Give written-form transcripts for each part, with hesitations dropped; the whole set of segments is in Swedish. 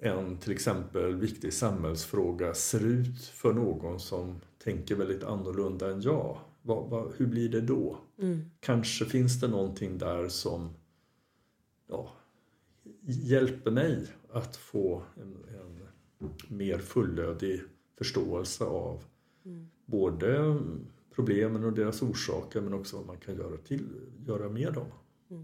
en till exempel viktig samhällsfråga ser ut för någon som tänker väldigt annorlunda än jag. Hur blir det då? Kanske finns det någonting där som hjälper mig att få en mer fullödig förståelse av både problemen och deras orsaker, men också vad man kan göra med dem.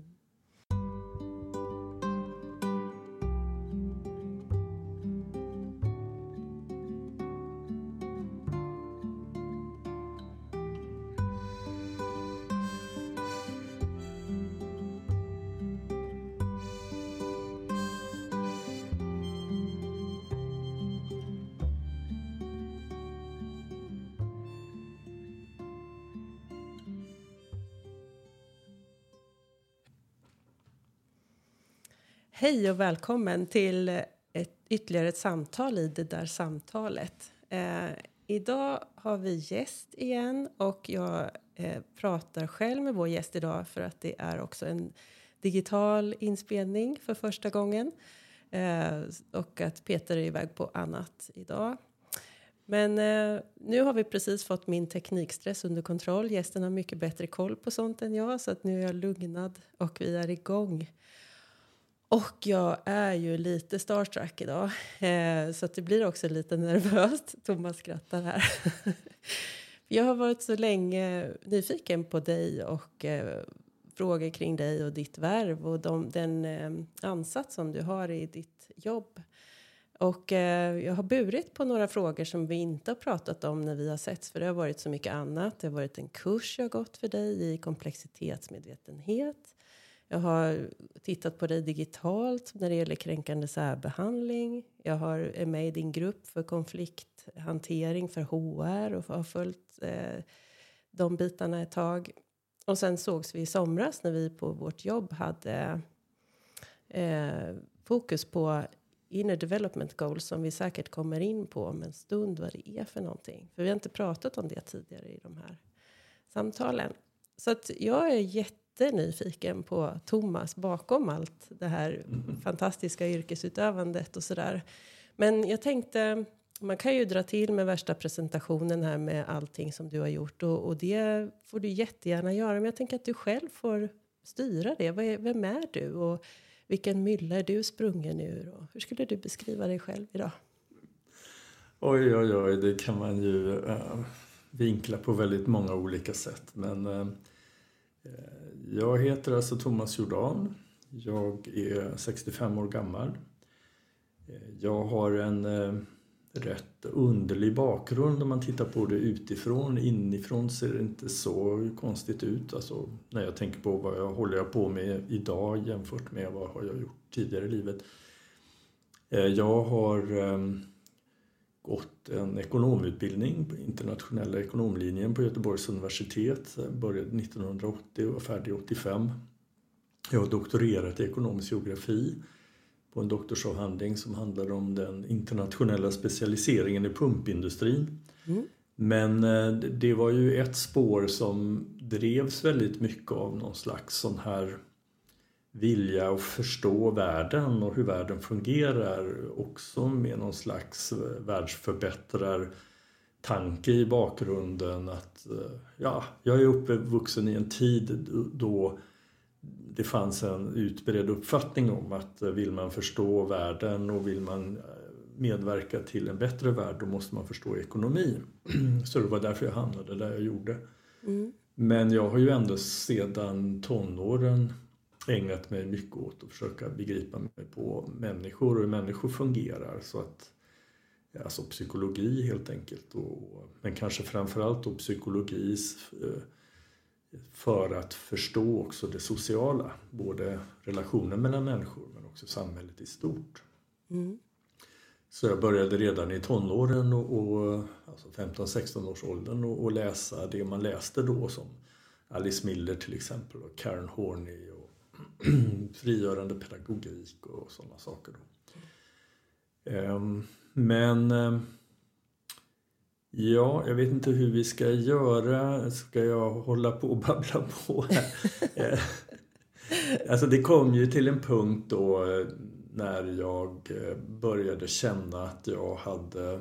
Hej och välkommen till ytterligare ett samtal i det där samtalet. Idag har vi gäst igen och jag pratar själv med vår gäst idag för att det är också en digital inspelning för första gången. Och att Peter är iväg på annat idag. Men nu har vi precis fått min teknikstress under kontroll. Gästen har mycket bättre koll på sånt än jag, så att nu är jag lugnad och vi är igång. Och jag är ju lite starstruck idag, så att det blir också lite nervöst. Thomas skrattar här. Jag har varit så länge nyfiken på dig och frågor kring dig och ditt värv och den ansats som du har i ditt jobb. Och jag har burit på några frågor som vi inte har pratat om när vi har setts, för det har varit så mycket annat. Det har varit en kurs jag gått för dig i komplexitetsmedvetenhet. Jag har tittat på dig digitalt när det gäller kränkande särbehandling. Jag är med i din grupp för konflikthantering för HR och har följt de bitarna ett tag. Och sen sågs vi i somras när vi på vårt jobb hade fokus på inner development goals, som vi säkert kommer in på om en stund vad det är för någonting. För vi har inte pratat om det tidigare i de här samtalen. Så att jag är nyfiken på Thomas bakom allt det här fantastiska yrkesutövandet och sådär. Men jag tänkte, man kan ju dra till med värsta presentationen här med allting som du har gjort. Och det får du jättegärna göra. Men jag tänker att du själv får styra det. Vem är du? Och vilken mylla är du sprungen ur? Och hur skulle du beskriva dig själv idag? Oj, det kan man ju vinkla på väldigt många olika sätt. Men jag heter alltså Thomas Jordan. Jag är 65 år gammal. Jag har en rätt underlig bakgrund om man tittar på det utifrån. Inifrån ser det inte så konstigt ut. Alltså, när jag tänker på vad jag håller på med idag jämfört med vad har jag gjort tidigare i livet. Jag har gått en ekonomutbildning på internationella ekonomlinjen på Göteborgs universitet. Jag började 1980 och var färdig 85. Jag har doktorerat i ekonomisk geografi på en doktorsavhandling som handlar om den internationella specialiseringen i pumpindustrin. Men det var ju ett spår som drevs väldigt mycket av någon slags sån här vilja att förstå världen och hur världen fungerar, också med någon slags världsförbättrar-tanke i bakgrunden. Att jag är uppvuxen i en tid då det fanns en utbredd uppfattning om att vill man förstå världen och vill man medverka till en bättre värld, då måste man förstå ekonomi. Så det var därför jag hamnade där jag gjorde. Men jag har ju ändå sedan tonåren ägnat mig mycket åt att försöka begripa mig på människor och hur människor fungerar. Så att, alltså psykologi helt enkelt. Men kanske framförallt då psykologi för att förstå också det sociala. Både relationen mellan människor men också samhället i stort. Så jag började redan i tonåren alltså 15-16 års åldern och läsa det man läste då, som Alice Miller till exempel och Karen Horney och frigörande pedagogik och sådana saker då. Men jag vet inte hur vi ska göra. Ska jag hålla på och babbla på här? Alltså det kom ju till en punkt då när jag började känna att jag hade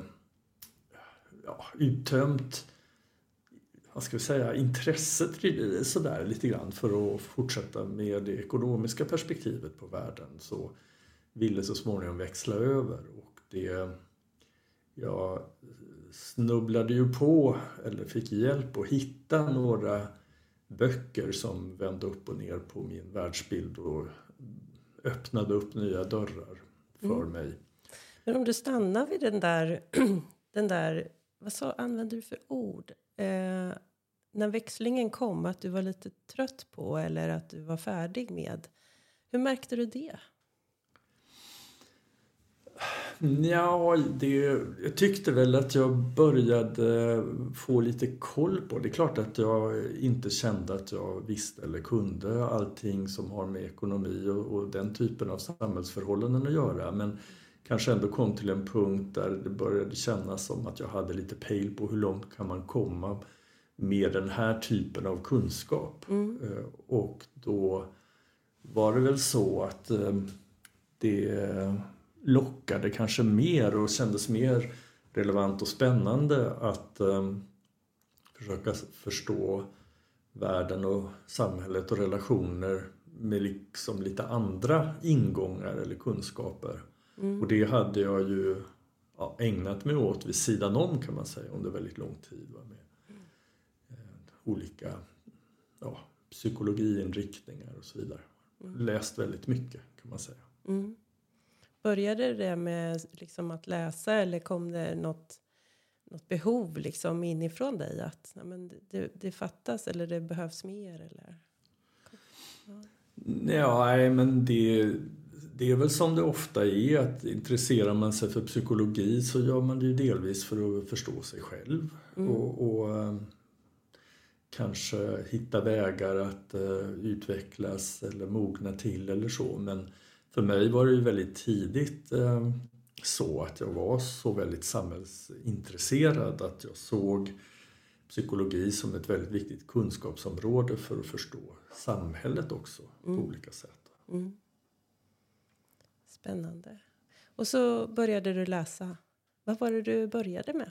uttömt, vad ska vi säga, intresset sådär lite grann för att fortsätta med det ekonomiska perspektivet på världen, så ville så småningom växla över. Och jag snubblade ju på, eller fick hjälp att hitta några böcker som vände upp och ner på min världsbild och öppnade upp nya dörrar för mig. Men om du stannar vid den där vad använder du för ord? När växlingen kom, att du var lite trött på eller att du var färdig med. Hur märkte du det? Ja, jag tyckte väl att jag började få lite koll på. Det är klart att jag inte kände att jag visste eller kunde allting som har med ekonomi och den typen av samhällsförhållanden att göra. Men kanske ändå kom till en punkt där det började kännas som att jag hade lite pejl på hur långt kan man komma med den här typen av kunskap. Och då var det väl så att det lockade kanske mer och kändes mer relevant och spännande att försöka förstå världen och samhället och relationer med liksom lite andra ingångar eller kunskaper. Och det hade jag ju ägnat mig åt vid sidan om, kan man säga, under väldigt lång tid. Med olika psykologiinriktningar och så vidare. Läst väldigt mycket, kan man säga. Började det med liksom att läsa, eller kom det något behov liksom inifrån dig att det fattas eller det behövs mer? Eller? Ja, men det är väl som det ofta är, att intresserar man sig för psykologi så gör man det ju delvis för att förstå sig själv och kanske hitta vägar att utvecklas eller mogna till eller så. Men för mig var det ju väldigt tidigt så att jag var så väldigt samhällsintresserad att jag såg psykologi som ett väldigt viktigt kunskapsområde för att förstå samhället också på olika sätt. Spännande. Och så började du läsa. Vad var det du började med?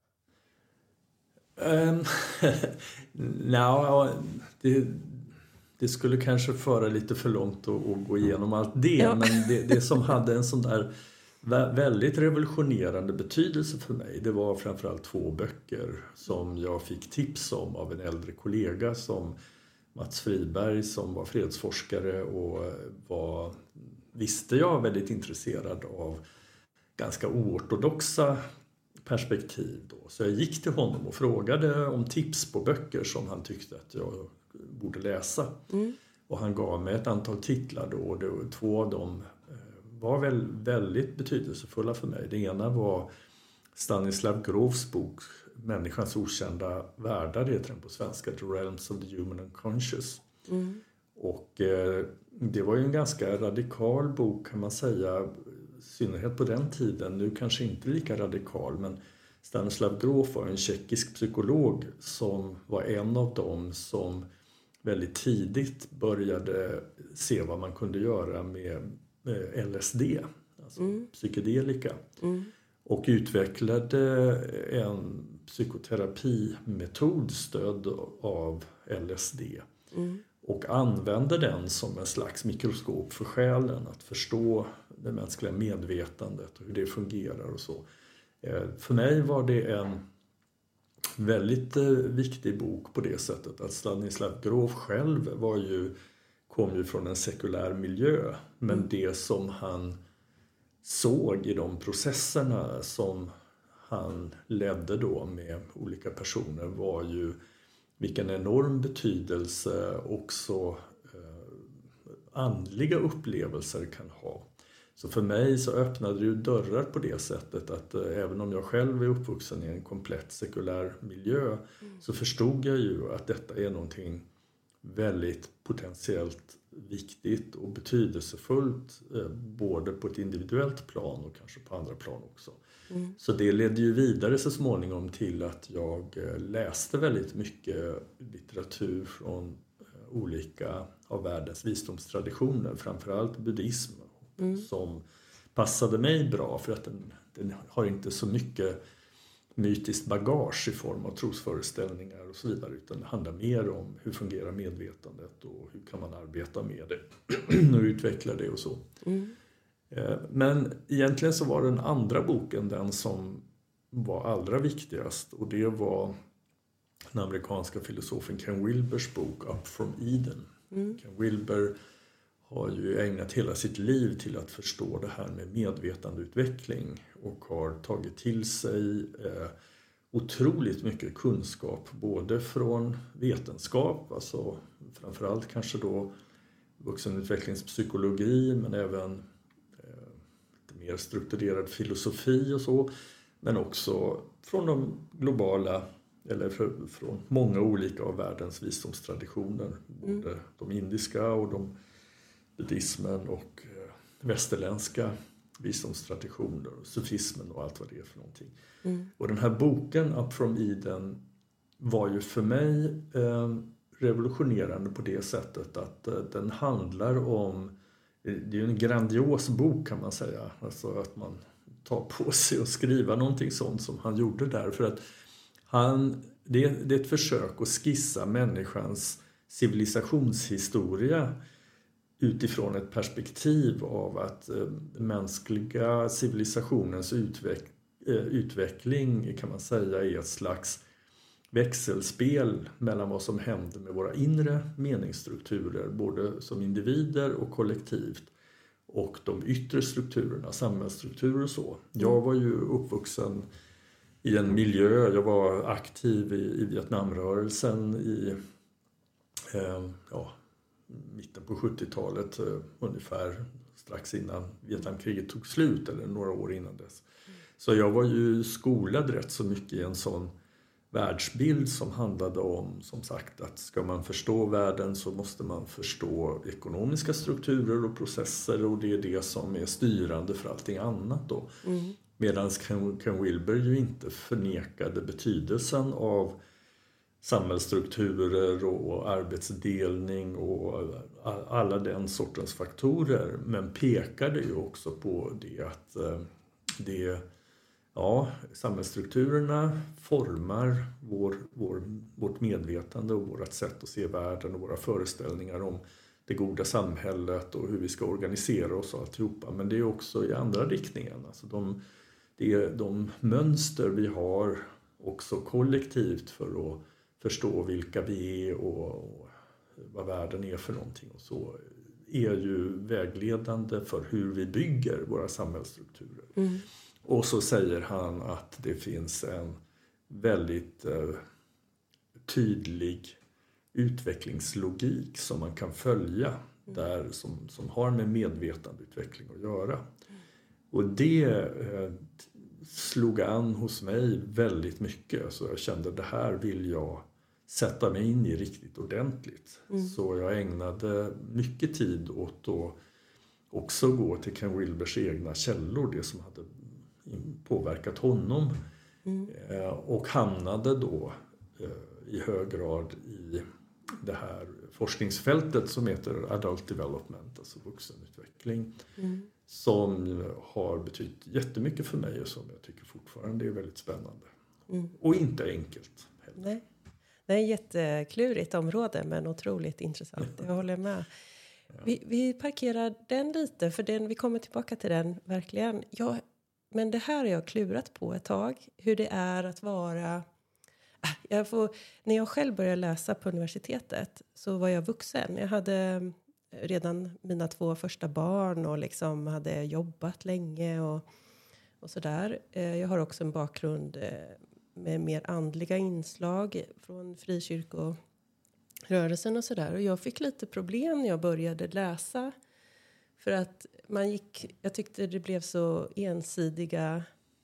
Det skulle kanske föra lite för långt att gå igenom allt det. Ja. Men det som hade en sån där väldigt revolutionerande betydelse för mig, det var framförallt 2 böcker som jag fick tips om av en äldre kollega, som Mats Friberg, som var fredsforskare och visste jag, väldigt intresserad av ganska oortodoxa perspektiv då. Så jag gick till honom och frågade om tips på böcker som han tyckte att jag borde läsa. Och han gav mig ett antal titlar då, och 2 av dem var väl väldigt betydelsefulla för mig. Det ena var Stanislav Grofs bok Människans okända världar, det heter den på svenska, The Realms of the Human Unconscious. Och det var ju en ganska radikal bok, kan man säga, i synnerhet på den tiden. Nu kanske inte lika radikal, men Stanislav Grof var en tjeckisk psykolog som var en av dem som väldigt tidigt började se vad man kunde göra med LSD, alltså psykedelika. Och utvecklade en psykoterapimetod stödd av LSD. Och använde den som en slags mikroskop för själen, att förstå det mänskliga medvetandet och hur det fungerar och så. För mig var det en väldigt viktig bok på det sättet att Stanislav Grof själv kom ju från en sekulär miljö, men det som han såg i de processerna som han ledde då med olika personer var ju vilken enorm betydelse också andliga upplevelser kan ha. Så för mig så öppnade det ju dörrar på det sättet att även om jag själv är uppvuxen i en komplett sekulär miljö så förstod jag ju att detta är någonting väldigt potentiellt viktigt och betydelsefullt både på ett individuellt plan och kanske på andra plan också. Så det ledde ju vidare så småningom till att jag läste väldigt mycket litteratur från olika av världens visdomstraditioner, framförallt buddhism som passade mig bra för att den har inte så mycket mytiskt bagage i form av trosföreställningar och så vidare, utan det handlar mer om hur fungerar medvetandet och hur kan man arbeta med det och utveckla det och så. Men egentligen så var den andra boken den som var allra viktigast, och det var den amerikanska filosofen Ken Wilbers bok Up from Eden. Ken Wilber har ju ägnat hela sitt liv till att förstå det här med medvetandeutveckling och har tagit till sig otroligt mycket kunskap både från vetenskap, alltså framförallt kanske då vuxenutvecklingspsykologi, men även lite mer strukturerad filosofi och så, men också från de globala eller från många olika av världens visdomstraditioner, både de indiska och de buddhismen och västerländska visdomstraditioner och sufismen och allt vad det är för någonting. Och den här boken Up from Eden var ju för mig revolutionerande på det sättet att den handlar om, det är ju en grandios bok kan man säga, alltså att man tar på sig och skriva någonting sånt som han gjorde där, för att det är ett försök att skissa människans civilisationshistoria utifrån ett perspektiv av att mänskliga civilisationens utveckling kan man säga är ett slags växelspel mellan vad som händer med våra inre meningsstrukturer, både som individer och kollektivt, och de yttre strukturerna, samhällsstrukturer och så. Jag var ju uppvuxen i en miljö, jag var aktiv i Vietnamrörelsen i mitten på 70-talet, ungefär strax innan Vietnamkriget tog slut eller några år innan dess. Så jag var ju skolad rätt så mycket i en sån världsbild som handlade om, som sagt, att ska man förstå världen så måste man förstå ekonomiska strukturer och processer, och det är det som är styrande för allting annat då. Medan Ken Wilber ju inte förnekade betydelsen av samhällsstrukturer och arbetsdelning och alla den sortens faktorer, men pekade ju också på det att samhällsstrukturerna formar vårt medvetande och vårt sätt att se världen och våra föreställningar om det goda samhället och hur vi ska organisera oss och alltihopa. Men det är också i andra riktningen. Alltså de mönster vi har också kollektivt för att förstå vilka vi är och vad världen är för någonting och så, är ju vägledande för hur vi bygger våra samhällsstrukturer. Och så säger han att det finns en väldigt tydlig utvecklingslogik som man kan följa där, som har med medvetandeutveckling att göra. Och det slog an hos mig väldigt mycket, så jag kände det här vill jag sätta mig in i riktigt ordentligt. Så jag ägnade mycket tid åt att också gå till Ken Wilbers egna källor, det som hade påverkat honom, och hamnade då i hög grad i det här forskningsfältet som heter Adult Development, alltså vuxenutveckling, som har betytt jättemycket för mig och som jag tycker fortfarande är väldigt spännande. Och inte enkelt heller. Nej. Det är ett jätteklurigt område, men otroligt intressant. Jag håller med. Vi parkerar den lite, för vi kommer tillbaka till den verkligen. Men det här har jag klurat på ett tag. Hur det är att vara... När jag själv började läsa på universitetet så var jag vuxen. Jag hade redan mina 2 första barn och liksom hade jobbat länge och sådär. Jag har också en bakgrund med mer andliga inslag från frikyrkorörelsen och sådär. Och jag fick lite problem när jag började läsa. För att jag tyckte det blev så ensidiga...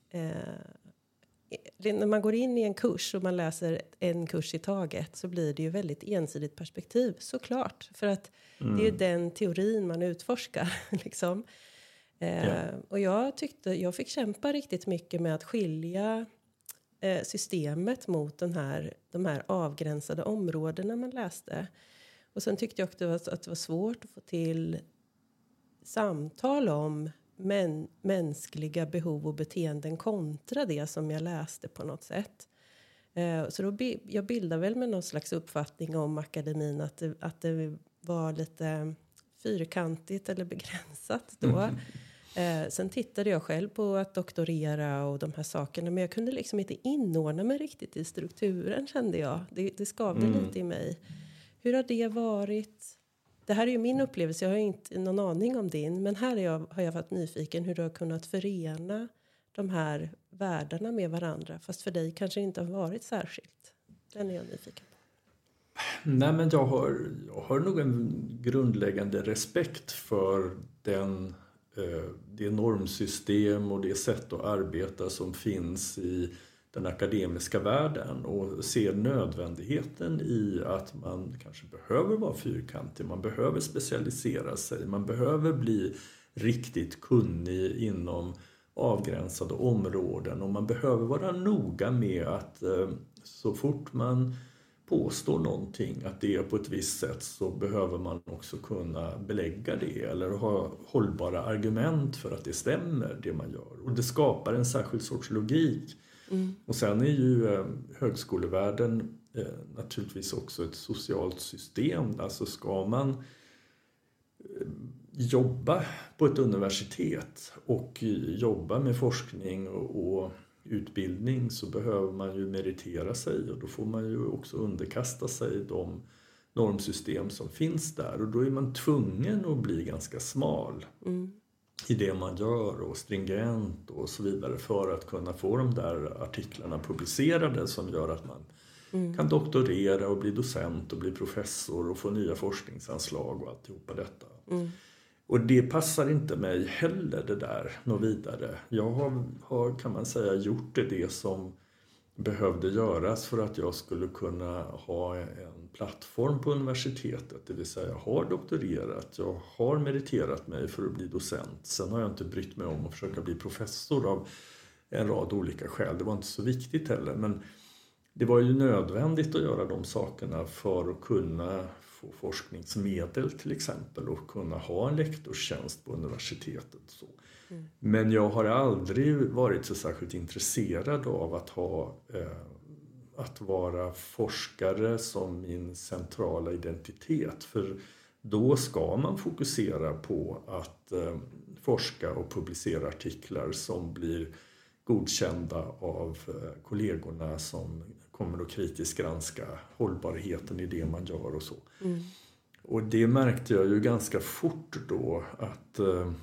när man går in i en kurs och man läser en kurs i taget så blir det ju väldigt ensidigt perspektiv, såklart. För att det är den teorin man utforskar. Liksom. Och jag fick kämpa riktigt mycket med att skilja systemet mot de här avgränsade områdena man läste. Och sen tyckte jag också att det var svårt att få till samtal om mänskliga behov och beteenden kontra det som jag läste på något sätt. Så jag bildade väl med någon slags uppfattning om akademin att det var lite fyrkantigt eller begränsat då. Sen tittade jag själv på att doktorera och de här sakerna, men jag kunde liksom inte inordna mig riktigt i strukturen, kände jag. Det skavde lite i mig. Hur har det varit? Det här är ju min upplevelse, jag har inte någon aning om din, men här har jag varit nyfiken hur du har kunnat förena de här världarna med varandra, fast för dig kanske inte har varit särskilt. Den är jag nyfiken på. Nej, men jag har nog en grundläggande respekt för det normsystem och det sätt att arbeta som finns i den akademiska världen, och ser nödvändigheten i att man kanske behöver vara fyrkantig, man behöver specialisera sig, man behöver bli riktigt kunnig inom avgränsade områden, och man behöver vara noga med att så fort man påstår någonting att det är på ett visst sätt, så behöver man också kunna belägga det eller ha hållbara argument för att det stämmer det man gör. Och det skapar en särskild sorts logik. Och sen är ju högskolevärlden naturligtvis också ett socialt system. Alltså ska man jobba på ett universitet och jobba med forskning och utbildning, så behöver man ju meritera sig, och då får man ju också underkasta sig de normsystem som finns där, och då är man tvungen att bli ganska smal i det man gör och stringent och så vidare för att kunna få de där artiklarna publicerade som gör att man kan doktorera och bli docent och bli professor och få nya forskningsanslag och alltihopa detta. Och det passar inte mig heller, det där något vidare. Jag har kan man säga gjort det som behövde göras för att jag skulle kunna ha en plattform på universitetet. Det vill säga jag har doktorerat, jag har meriterat mig för att bli docent. Sen har jag inte brytt mig om att försöka bli professor av en rad olika skäl. Det var inte så viktigt heller, men det var ju nödvändigt att göra de sakerna för att kunna få forskningsmedel till exempel och kunna ha en lektorstjänst på universitetet. Så. Men jag har aldrig varit så särskilt intresserad av att vara forskare som min centrala identitet. För då ska man fokusera på att forska och publicera artiklar som blir godkända av kollegorna som kommer att kritiskt granska hållbarheten i det man gör och så. Och det märkte jag ju ganska fort då, att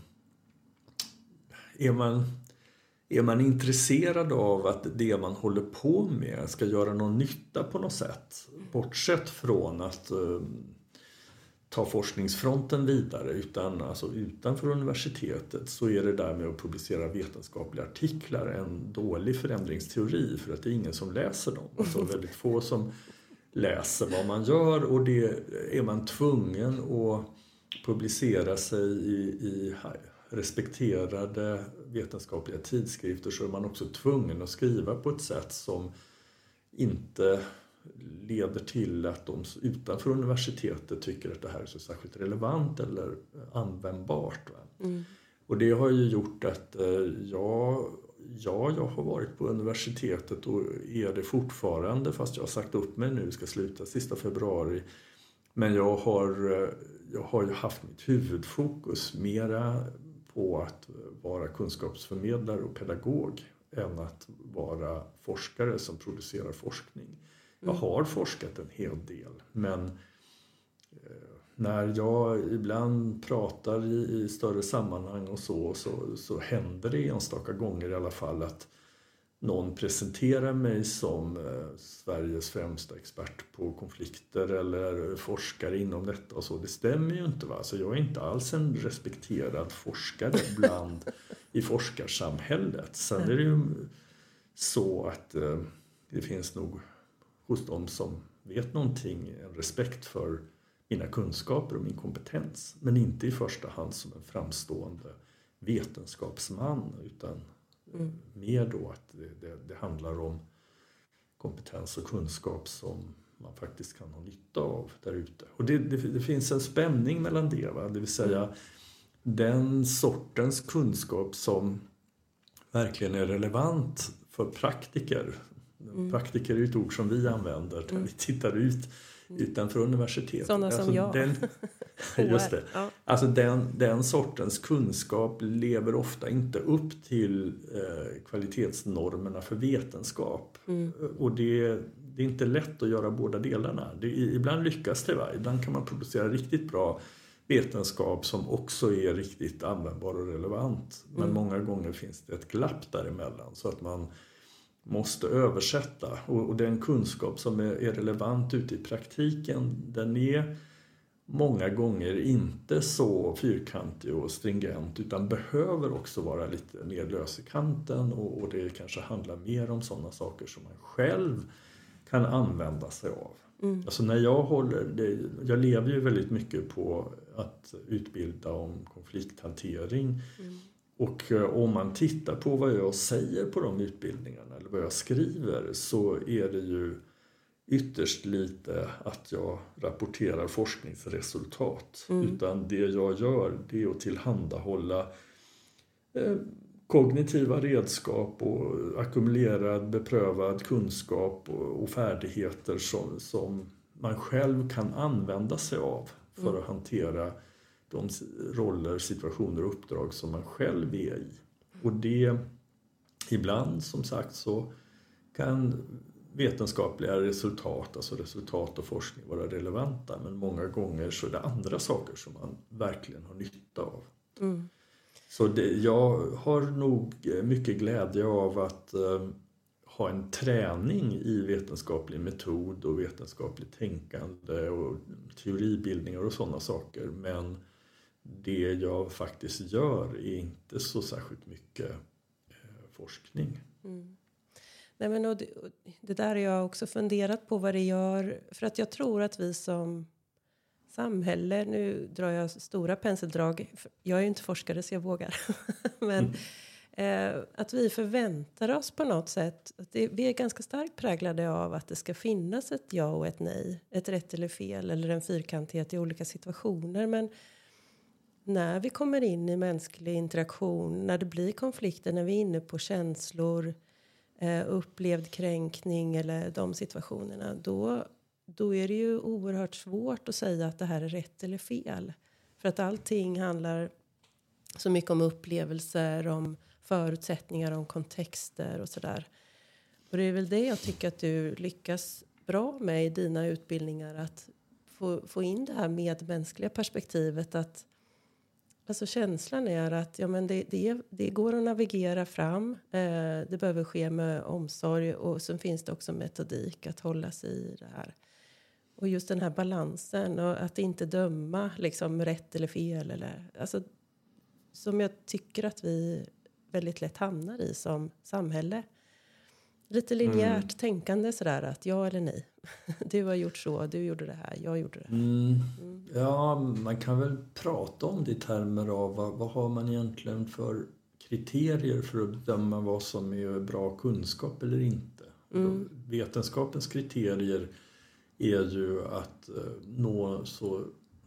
är man intresserad av att det man håller på med ska göra någon nytta på något sätt, bortsett från att ta forskningsfronten vidare, utanför universitetet, så är det där med att publicera vetenskapliga artiklar en dålig förändringsteori, för att det är ingen som läser dem. Alltså väldigt få som läser vad man gör, och det är man tvungen att publicera sig i respekterade vetenskapliga tidskrifter, så är man också tvungen att skriva på ett sätt som inte leder till att de utanför universitetet tycker att det här är så särskilt relevant eller användbart. Och det har ju gjort att jag har varit på universitetet och är det fortfarande, fast jag har sagt upp mig nu, ska sluta sista februari. Men jag har ju haft mitt huvudfokus mera på att vara kunskapsförmedlare och pedagog än att vara forskare som producerar forskning. Jag har forskat en hel del, men när jag ibland pratar i större sammanhang och så händer det enstaka gånger i alla fall att någon presenterar mig som Sveriges främsta expert på konflikter eller forskare inom detta och så. Det stämmer ju inte, va? Alltså jag är inte alls en respekterad forskare i forskarsamhället. Sen är det ju så att det finns nog hos de som vet någonting en respekt för mina kunskaper och min kompetens. Men inte i första hand som en framstående vetenskapsman, utan mer då att det handlar om kompetens och kunskap som man faktiskt kan ha nytta av där ute. Och det finns en spänning mellan det, va? Det vill säga den sortens kunskap som verkligen är relevant för praktiker. Praktiker är ju ett ord som vi använder när vi tittar ut utanför universitetet. Sådana som jag. Just det. Ja. Alltså den sortens kunskap lever ofta inte upp till kvalitetsnormerna för vetenskap. Och det är inte lätt att göra båda delarna. Ibland lyckas det, va? Ibland kan man producera riktigt bra vetenskap som också är riktigt användbar och relevant. Men många gånger finns det ett glapp däremellan så att man måste översätta. Och den kunskap som är relevant ute i praktiken, den är många gånger inte så fyrkantig och stringent utan behöver också vara lite mer lös i kanten och det kanske handlar mer om sådana saker som man själv kan använda sig av. Alltså när jag lever ju väldigt mycket på att utbilda om konflikthantering. Och om man tittar på vad jag säger på de utbildningarna eller vad jag skriver så är det ju ytterst lite att jag rapporterar forskningsresultat. Utan det jag gör det är att tillhandahålla kognitiva redskap och ackumulerad beprövad kunskap och färdigheter som man själv kan använda sig av för att hantera de roller, situationer och uppdrag som man själv är i. Och det ibland som sagt så kan vetenskapliga resultat, alltså resultat och forskning vara relevanta, men många gånger så är det andra saker som man verkligen har nytta av. Så jag har nog mycket glädje av att ha en träning i vetenskaplig metod och vetenskapligt tänkande och teoribildningar och sådana saker, men det jag faktiskt gör är inte så särskilt mycket forskning. Nej, men och det där har jag också funderat på vad det gör. För att jag tror att vi som samhälle, nu drar jag stora penseldrag. Jag är ju inte forskare så jag vågar. Men att vi förväntar oss på något sätt. Att vi är ganska starkt präglade av att det ska finnas ett ja och ett nej. Ett rätt eller fel eller en fyrkantighet i olika situationer. Men när vi kommer in i mänsklig interaktion, när det blir konflikter, när vi är inne på känslor, upplevd kränkning eller de situationerna, då är det ju oerhört svårt att säga att det här är rätt eller fel. För att allting handlar så mycket om upplevelser, om förutsättningar, om kontexter och sådär. Och det är väl det jag tycker att du lyckas bra med i dina utbildningar, att få in det här medmänskliga perspektivet, att alltså känslan är att ja, men det går att navigera fram. Det behöver ske med omsorg och sen finns det också metodik att hålla sig i det här. Och just den här balansen och att inte döma liksom rätt eller fel. Alltså, som jag tycker att vi väldigt lätt hamnar i som samhälle. Lite linjärt tänkande sådär att ja eller nej. Du har gjort så, du gjorde det här, jag gjorde det här. Ja, man kan väl prata om det i termer av vad har man egentligen för kriterier för att bedöma vad som är bra kunskap eller inte. Vetenskapens kriterier är ju att nå så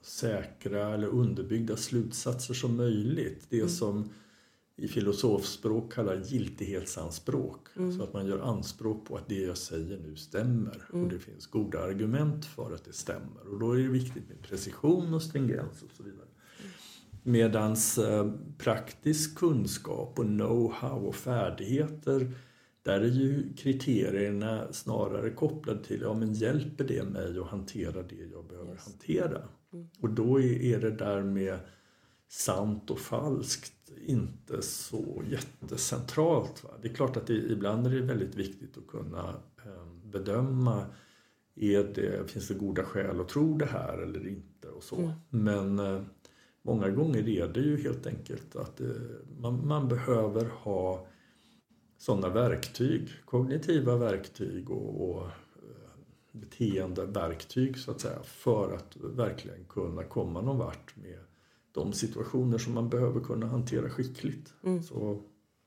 säkra eller underbyggda slutsatser som möjligt. Det som i filosofspråk kallar giltighetsanspråk. Så att man gör anspråk på att det jag säger nu stämmer. Och det finns goda argument för att det stämmer. Och då är det viktigt med precision och stringens och så vidare. Medans praktisk kunskap och know-how och färdigheter, där är ju kriterierna snarare kopplade till, ja men hjälper det mig att hantera det jag behöver hantera? Och då är det där med sant och falskt inte så jättecentralt. Va? Det är klart att ibland är det väldigt viktigt att kunna bedöma, finns det goda skäl att tro det här eller inte och så. Men många gånger är det ju helt enkelt att man behöver ha sådana verktyg, kognitiva verktyg och beteendeverktyg så att säga, för att verkligen kunna komma någon vart med de situationer som man behöver kunna hantera skickligt. Så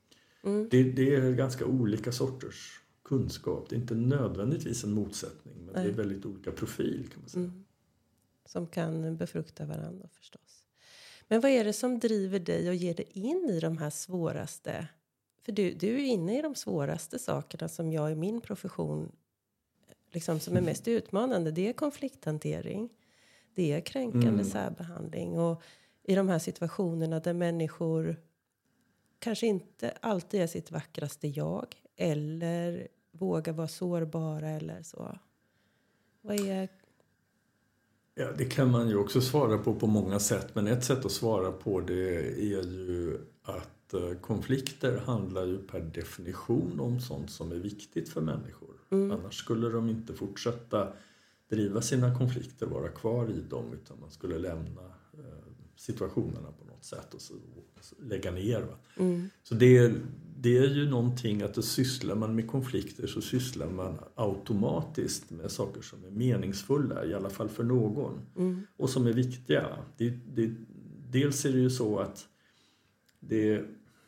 det är ganska olika sorters kunskap. Det är inte nödvändigtvis en motsättning, men det är väldigt olika profil kan man säga. Som kan befrukta varandra förstås. Men vad är det som driver dig och ger dig in i de här svåraste? För du är inne i de svåraste sakerna som jag i min profession liksom, som är mest utmanande. Det är konflikthantering. Det är kränkande särbehandling. Och i de här situationerna där människor kanske inte alltid är sitt vackraste jag. Eller vågar vara sårbara eller så. Vad är... Ja, det kan man ju också svara på många sätt. Men ett sätt att svara på det är ju att konflikter handlar ju per definition om sånt som är viktigt för människor. Annars skulle de inte fortsätta driva sina konflikter, vara kvar i dem, utan man skulle lämna situationerna på något sätt och så lägga ner. Va? Så det är ju någonting att sysslar man med konflikter så sysslar man automatiskt med saker som är meningsfulla, i alla fall för någon, och som är viktiga. Dels är det ju så att det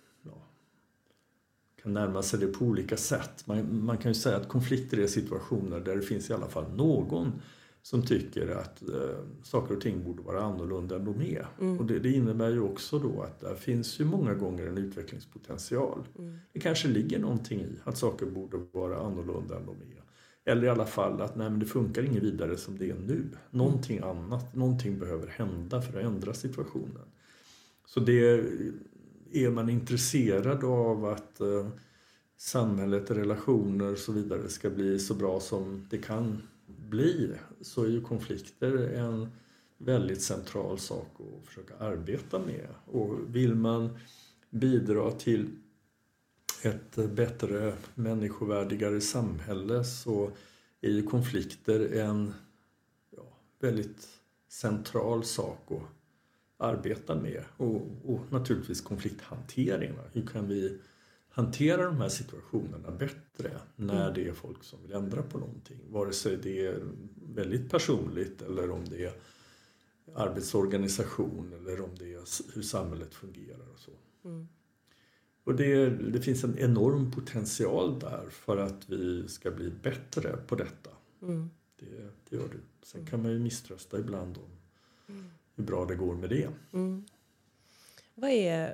kan närma sig det på olika sätt. Man kan ju säga att konflikter är situationer där det finns i alla fall någon som tycker att saker och ting borde vara annorlunda än de är. Och det innebär ju också då att det finns ju många gånger en utvecklingspotential. Det kanske ligger någonting i att saker borde vara annorlunda än de är. Eller i alla fall att nej, men det funkar inget vidare som det är nu. Någonting annat, någonting behöver hända för att ändra situationen. Så det är man intresserad av att samhället, relationer och så vidare ska bli så bra som det kan bli, så är ju konflikter en väldigt central sak att försöka arbeta med. Och vill man bidra till ett bättre, människovärdigare samhälle så är ju konflikter en väldigt central sak att arbeta med. Och naturligtvis konflikthantering. Hur kan vi hantera de här situationerna bättre när det är folk som vill ändra på någonting? Vare sig det är väldigt personligt eller om det är arbetsorganisation eller om det är hur samhället fungerar och så. Och det finns en enorm potential där för att vi ska bli bättre på detta. Det gör det. Sen kan man ju misströsta ibland om hur bra det går med det. Vad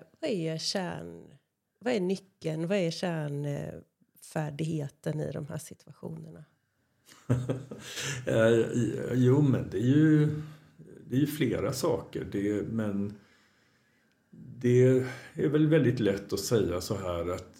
är nyckeln? Vad är kärnfärdigheten i de här situationerna? Jo, men det är ju flera saker. Men det är väl väldigt lätt att säga så här att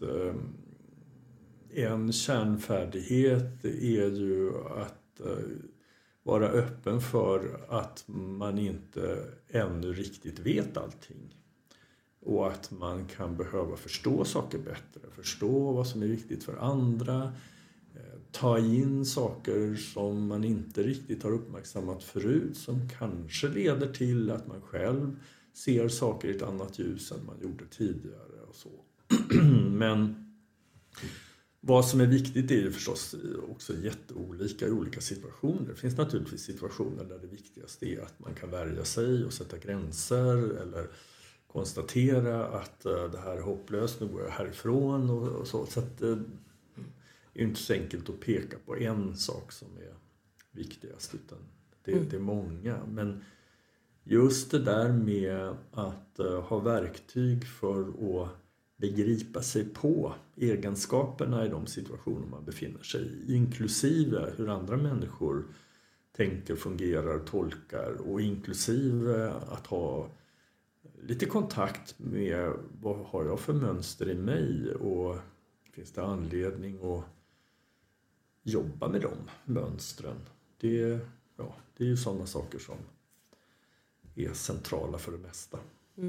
en kärnfärdighet är ju att vara öppen för att man inte ännu riktigt vet allting. Och att man kan behöva förstå saker bättre. Förstå vad som är viktigt för andra. Ta in saker som man inte riktigt har uppmärksammat förut. Som kanske leder till att man själv ser saker i ett annat ljus än man gjorde tidigare. Och så. Men vad som är viktigt är ju förstås också jätteolika i olika situationer. Det finns naturligtvis situationer där det viktigaste är att man kan värja sig och sätta gränser. Eller konstatera att det här är hopplöst, nu går jag härifrån och så. Så att det är inte så enkelt att peka på en sak som är viktigast, utan det är många. Men just det där med att ha verktyg för att begripa sig på egenskaperna i de situationer man befinner sig i, inklusive hur andra människor tänker, fungerar, tolkar, och inklusive att ha lite kontakt med vad har jag för mönster i mig, och finns det anledning att jobba med de mönstren. Det är ju sådana saker som är centrala för det mesta.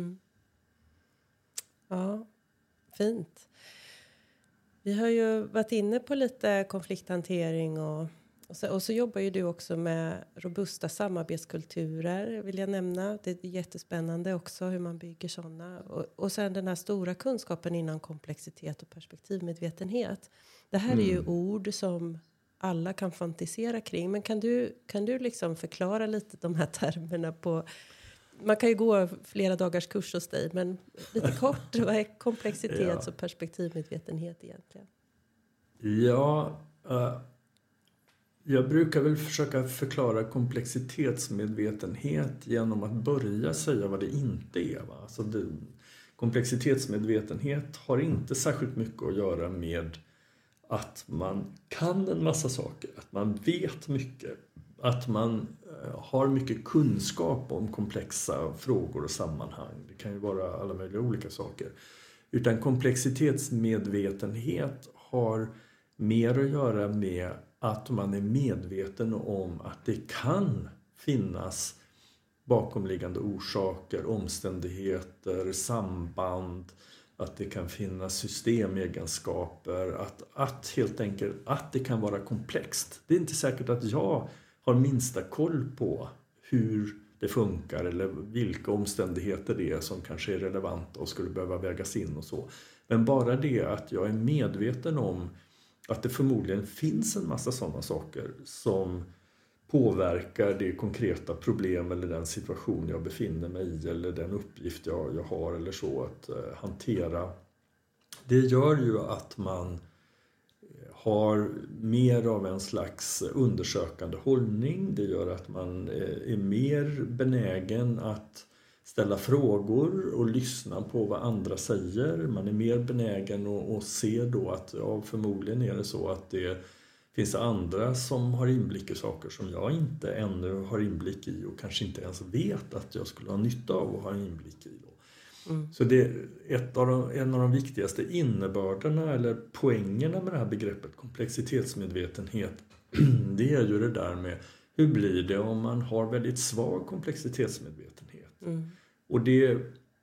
Ja, fint. Vi har ju varit inne på lite konflikthantering och så jobbar ju du också med robusta samarbetskulturer, vill jag nämna. Det är jättespännande också hur man bygger sådana. Och sen den här stora kunskapen inom komplexitet och perspektivmedvetenhet. Det här är ju ord som alla kan fantisera kring. Men kan du liksom förklara lite de här termerna på... Man kan ju gå flera dagars kurs hos dig, men lite kort, vad är komplexitets- och perspektivmedvetenhet egentligen? Ja, Jag brukar väl försöka förklara komplexitetsmedvetenhet genom att börja säga vad det inte är. Va? Alltså komplexitetsmedvetenhet har inte särskilt mycket att göra med att man kan en massa saker, att man vet mycket, att man har mycket kunskap om komplexa frågor och sammanhang. Det kan ju vara alla möjliga olika saker. Utan komplexitetsmedvetenhet har mer att göra med att man är medveten om att det kan finnas bakomliggande orsaker, omständigheter, samband, att det kan finnas systemegenskaper, att helt enkelt att det kan vara komplext. Det är inte säkert att jag har minsta koll på hur det funkar eller vilka omständigheter det är som kanske är relevanta och skulle behöva vägas in och så. Men bara det att jag är medveten om att det förmodligen finns en massa sådana saker som påverkar det konkreta problem eller den situation jag befinner mig i eller den uppgift jag har eller så att hantera. Det gör ju att man har mer av en slags undersökande hållning. Det gör att man är mer benägen att ställa frågor och lyssna på vad andra säger. Man är mer benägen att se då att förmodligen är det så att det finns andra som har inblick i saker som jag inte ännu har inblick i och kanske inte ens vet att jag skulle ha nytta av att ha inblick i. Då. Mm. Så det är en av de viktigaste innebörderna eller poängerna med det här begreppet komplexitetsmedvetenhet. Det är ju det där med hur blir det om man har väldigt svag komplexitetsmedvetenhet. Mm. Och det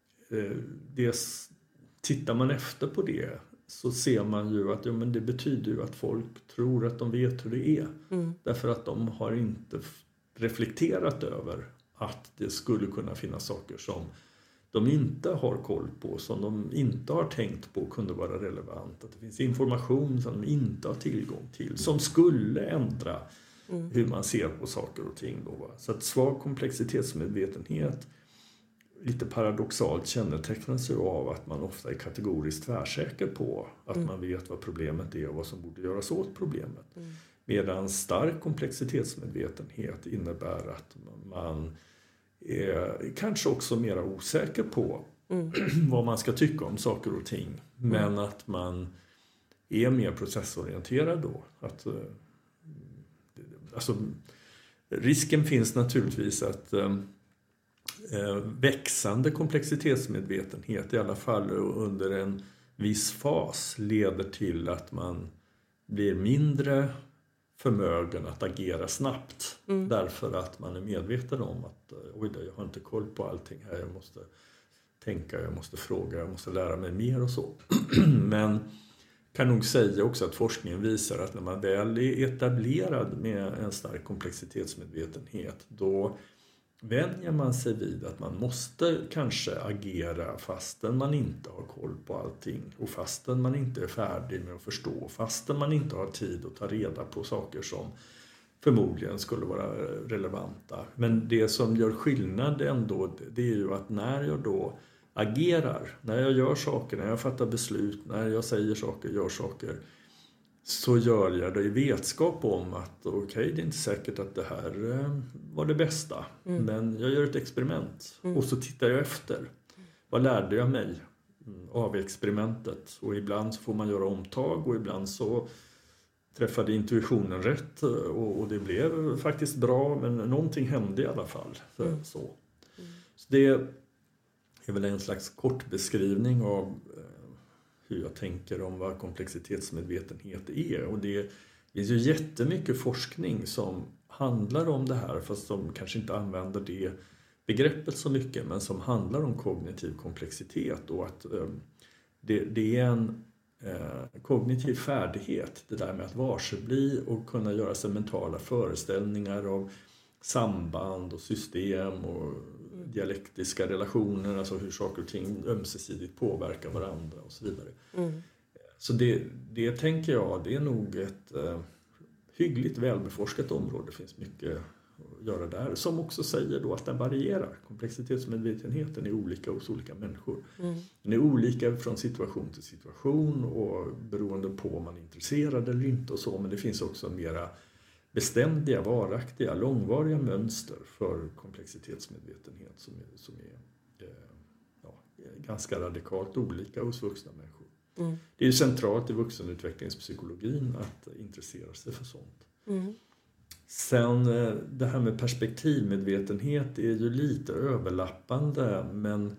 tittar man efter på det så ser man ju att men det betyder ju att folk tror att de vet hur det är. Mm. Därför att de har inte reflekterat över att det skulle kunna finnas saker som de inte har koll på, som de inte har tänkt på kunde vara relevant. Att det finns information som de inte har tillgång till som skulle ändra hur man ser på saker och ting. Då. Så att svag komplexitetsmedvetenhet lite paradoxalt kännetecknas ju av att man ofta är kategoriskt tvärsäker på att man vet vad problemet är och vad som borde göras åt problemet. Medan stark komplexitetsmedvetenhet innebär att man är kanske också mer osäker på vad man ska tycka om saker och ting. Men att man är mer processorienterad då. Risken finns naturligtvis att växande komplexitetsmedvetenhet i alla fall under en viss fas leder till att man blir mindre förmögen att agera snabbt därför att man är medveten om att jag har inte koll på allting här, jag måste tänka, jag måste fråga, jag måste lära mig mer och så. Men kan nog säga också att forskningen visar att när man väl är etablerad med en stark komplexitetsmedvetenhet då vänjer man sig vid att man måste kanske agera fastän man inte har koll på allting och fastän man inte är färdig med att förstå, fastän man inte har tid att ta reda på saker som förmodligen skulle vara relevanta. Men det som gör skillnad ändå, det är ju att när jag då agerar, när jag gör saker, när jag fattar beslut, när jag säger saker, gör saker, så gör jag det i vetskap om att det är inte säkert att det här var det bästa. Men jag gör ett experiment och så tittar jag efter. Vad lärde jag mig av experimentet? Och ibland så får man göra omtag och ibland så träffade intuitionen rätt och det blev faktiskt bra, men någonting hände i alla fall. Så det är väl en slags kort beskrivning av hur jag tänker om vad komplexitetsmedvetenhet är. Och det finns ju jättemycket forskning som handlar om det här, fast de kanske inte använder det begreppet så mycket, men som handlar om kognitiv komplexitet och att det är en kognitiv färdighet, det där med att varsebli och kunna göra sig mentala föreställningar av samband och system och dialektiska relationer, alltså hur saker och ting ömsesidigt påverkar varandra och så vidare. Så det tänker jag, det är nog ett hyggligt välbeforskat område. Det finns mycket att göra där. Som också säger då att den varierar. Komplexitetsmedvetenheten är olika hos olika människor. Den är olika från situation till situation och beroende på om man är intresserad eller inte och så. Men det finns också mera beständiga, varaktiga, långvariga mönster för komplexitetsmedvetenhet som är ganska radikalt olika hos vuxna människor. Mm. Det är ju centralt i vuxenutvecklingspsykologin att intressera sig för sånt. Mm. Sen det här med perspektivmedvetenhet är ju lite överlappande, men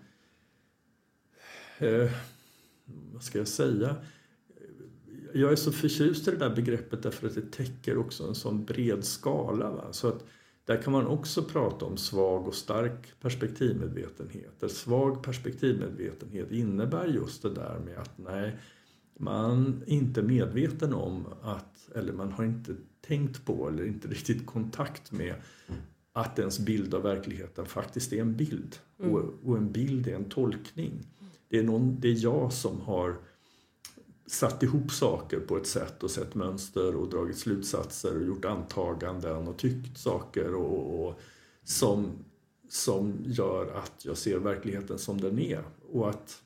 vad ska jag säga? Jag är så förtjust i det där begreppet därför att det täcker också en sån bred skala. Va? Så att där kan man också prata om svag och stark perspektivmedvetenhet. Där svag perspektivmedvetenhet innebär just det där med att man inte är medveten om att, eller man har inte tänkt på eller inte riktigt kontakt med att ens bild av verkligheten faktiskt är en bild. Och en bild är en tolkning. Det är jag som har satt ihop saker på ett sätt och sett mönster och dragit slutsatser och gjort antaganden och tyckt saker och som gör att jag ser verkligheten som den är. Och att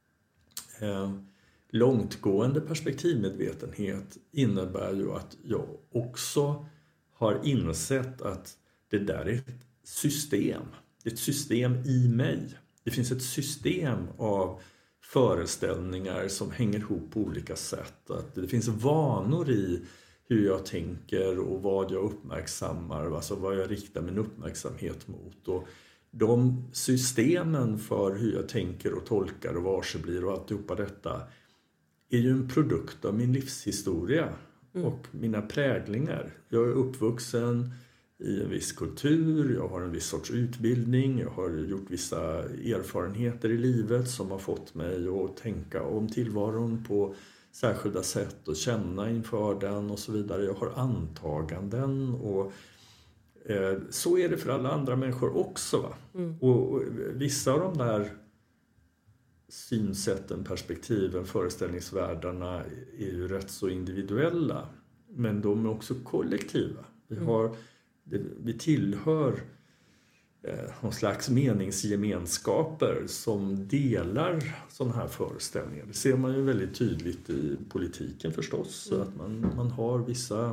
långtgående perspektivmedvetenhet innebär ju att jag också har insett att det där är ett system. Det är ett system i mig. Det finns ett system av föreställningar som hänger ihop på olika sätt. Att det finns vanor i hur jag tänker och vad jag uppmärksammar, alltså vad jag riktar min uppmärksamhet mot. Och de systemen för hur jag tänker och tolkar och varse blir och alltihopa detta är ju en produkt av min livshistoria och mina präglingar. Jag är uppvuxen i en viss kultur, jag har en viss sorts utbildning, jag har gjort vissa erfarenheter i livet som har fått mig att tänka om tillvaron på särskilda sätt och känna inför den och så vidare. Jag har antaganden och så är det för alla andra människor också. Va? Och vissa av de där synsätten, perspektiven, föreställningsvärldarna är ju rätt så individuella, men de är också kollektiva. Vi tillhör någon slags meningsgemenskaper som delar sådana här föreställningar. Det ser man ju väldigt tydligt i politiken förstås. Att man har vissa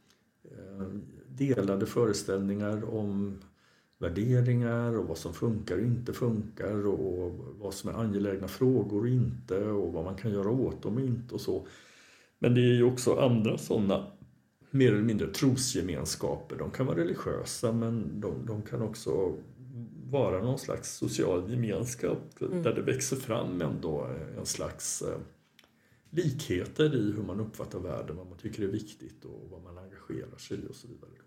delade föreställningar om värderingar och vad som funkar och inte funkar och vad som är angelägna frågor och inte och vad man kan göra åt dem och inte och så. Men det är ju också andra sådana mer eller mindre trosgemenskaper. De kan vara religiösa, men de kan också vara någon slags social gemenskap där det växer fram ändå en slags likheter i hur man uppfattar världen, vad man tycker är viktigt och vad man engagerar sig i och så vidare.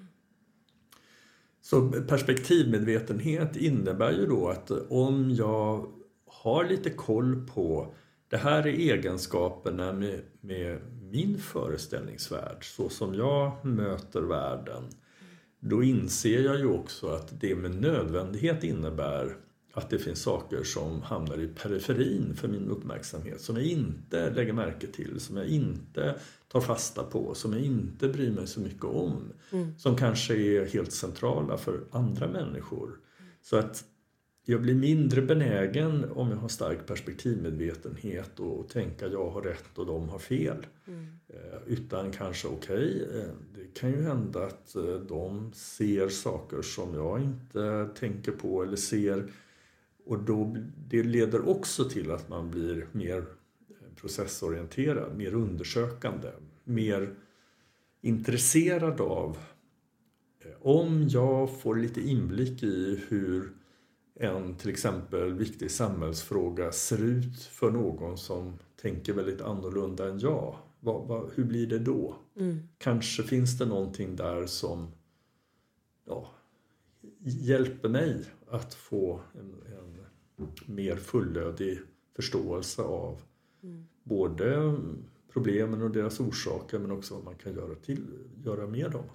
Så perspektivmedvetenhet innebär ju då att om jag har lite koll på det här är egenskaperna med min föreställningsvärld, så som jag möter världen, då inser jag ju också att det med nödvändighet innebär att det finns saker som hamnar i periferin för min uppmärksamhet, som jag inte lägger märke till, som jag inte tar fasta på, som jag inte bryr mig så mycket om, som kanske är helt centrala för andra människor. Så att jag blir mindre benägen om jag har stark perspektivmedvetenhet och tänka jag har rätt och de har fel. Utan kanske det kan ju hända att de ser saker som jag inte tänker på eller ser. Och det leder också till att man blir mer processorienterad, mer undersökande, mer intresserad av om jag får lite inblick i hur en till exempel viktig samhällsfråga ser ut för någon som tänker väldigt annorlunda än jag. Hur blir det då? Kanske finns det någonting där som hjälper mig att få en mer fullödig förståelse av både problemen och deras orsaker, men också vad man kan göra med dem.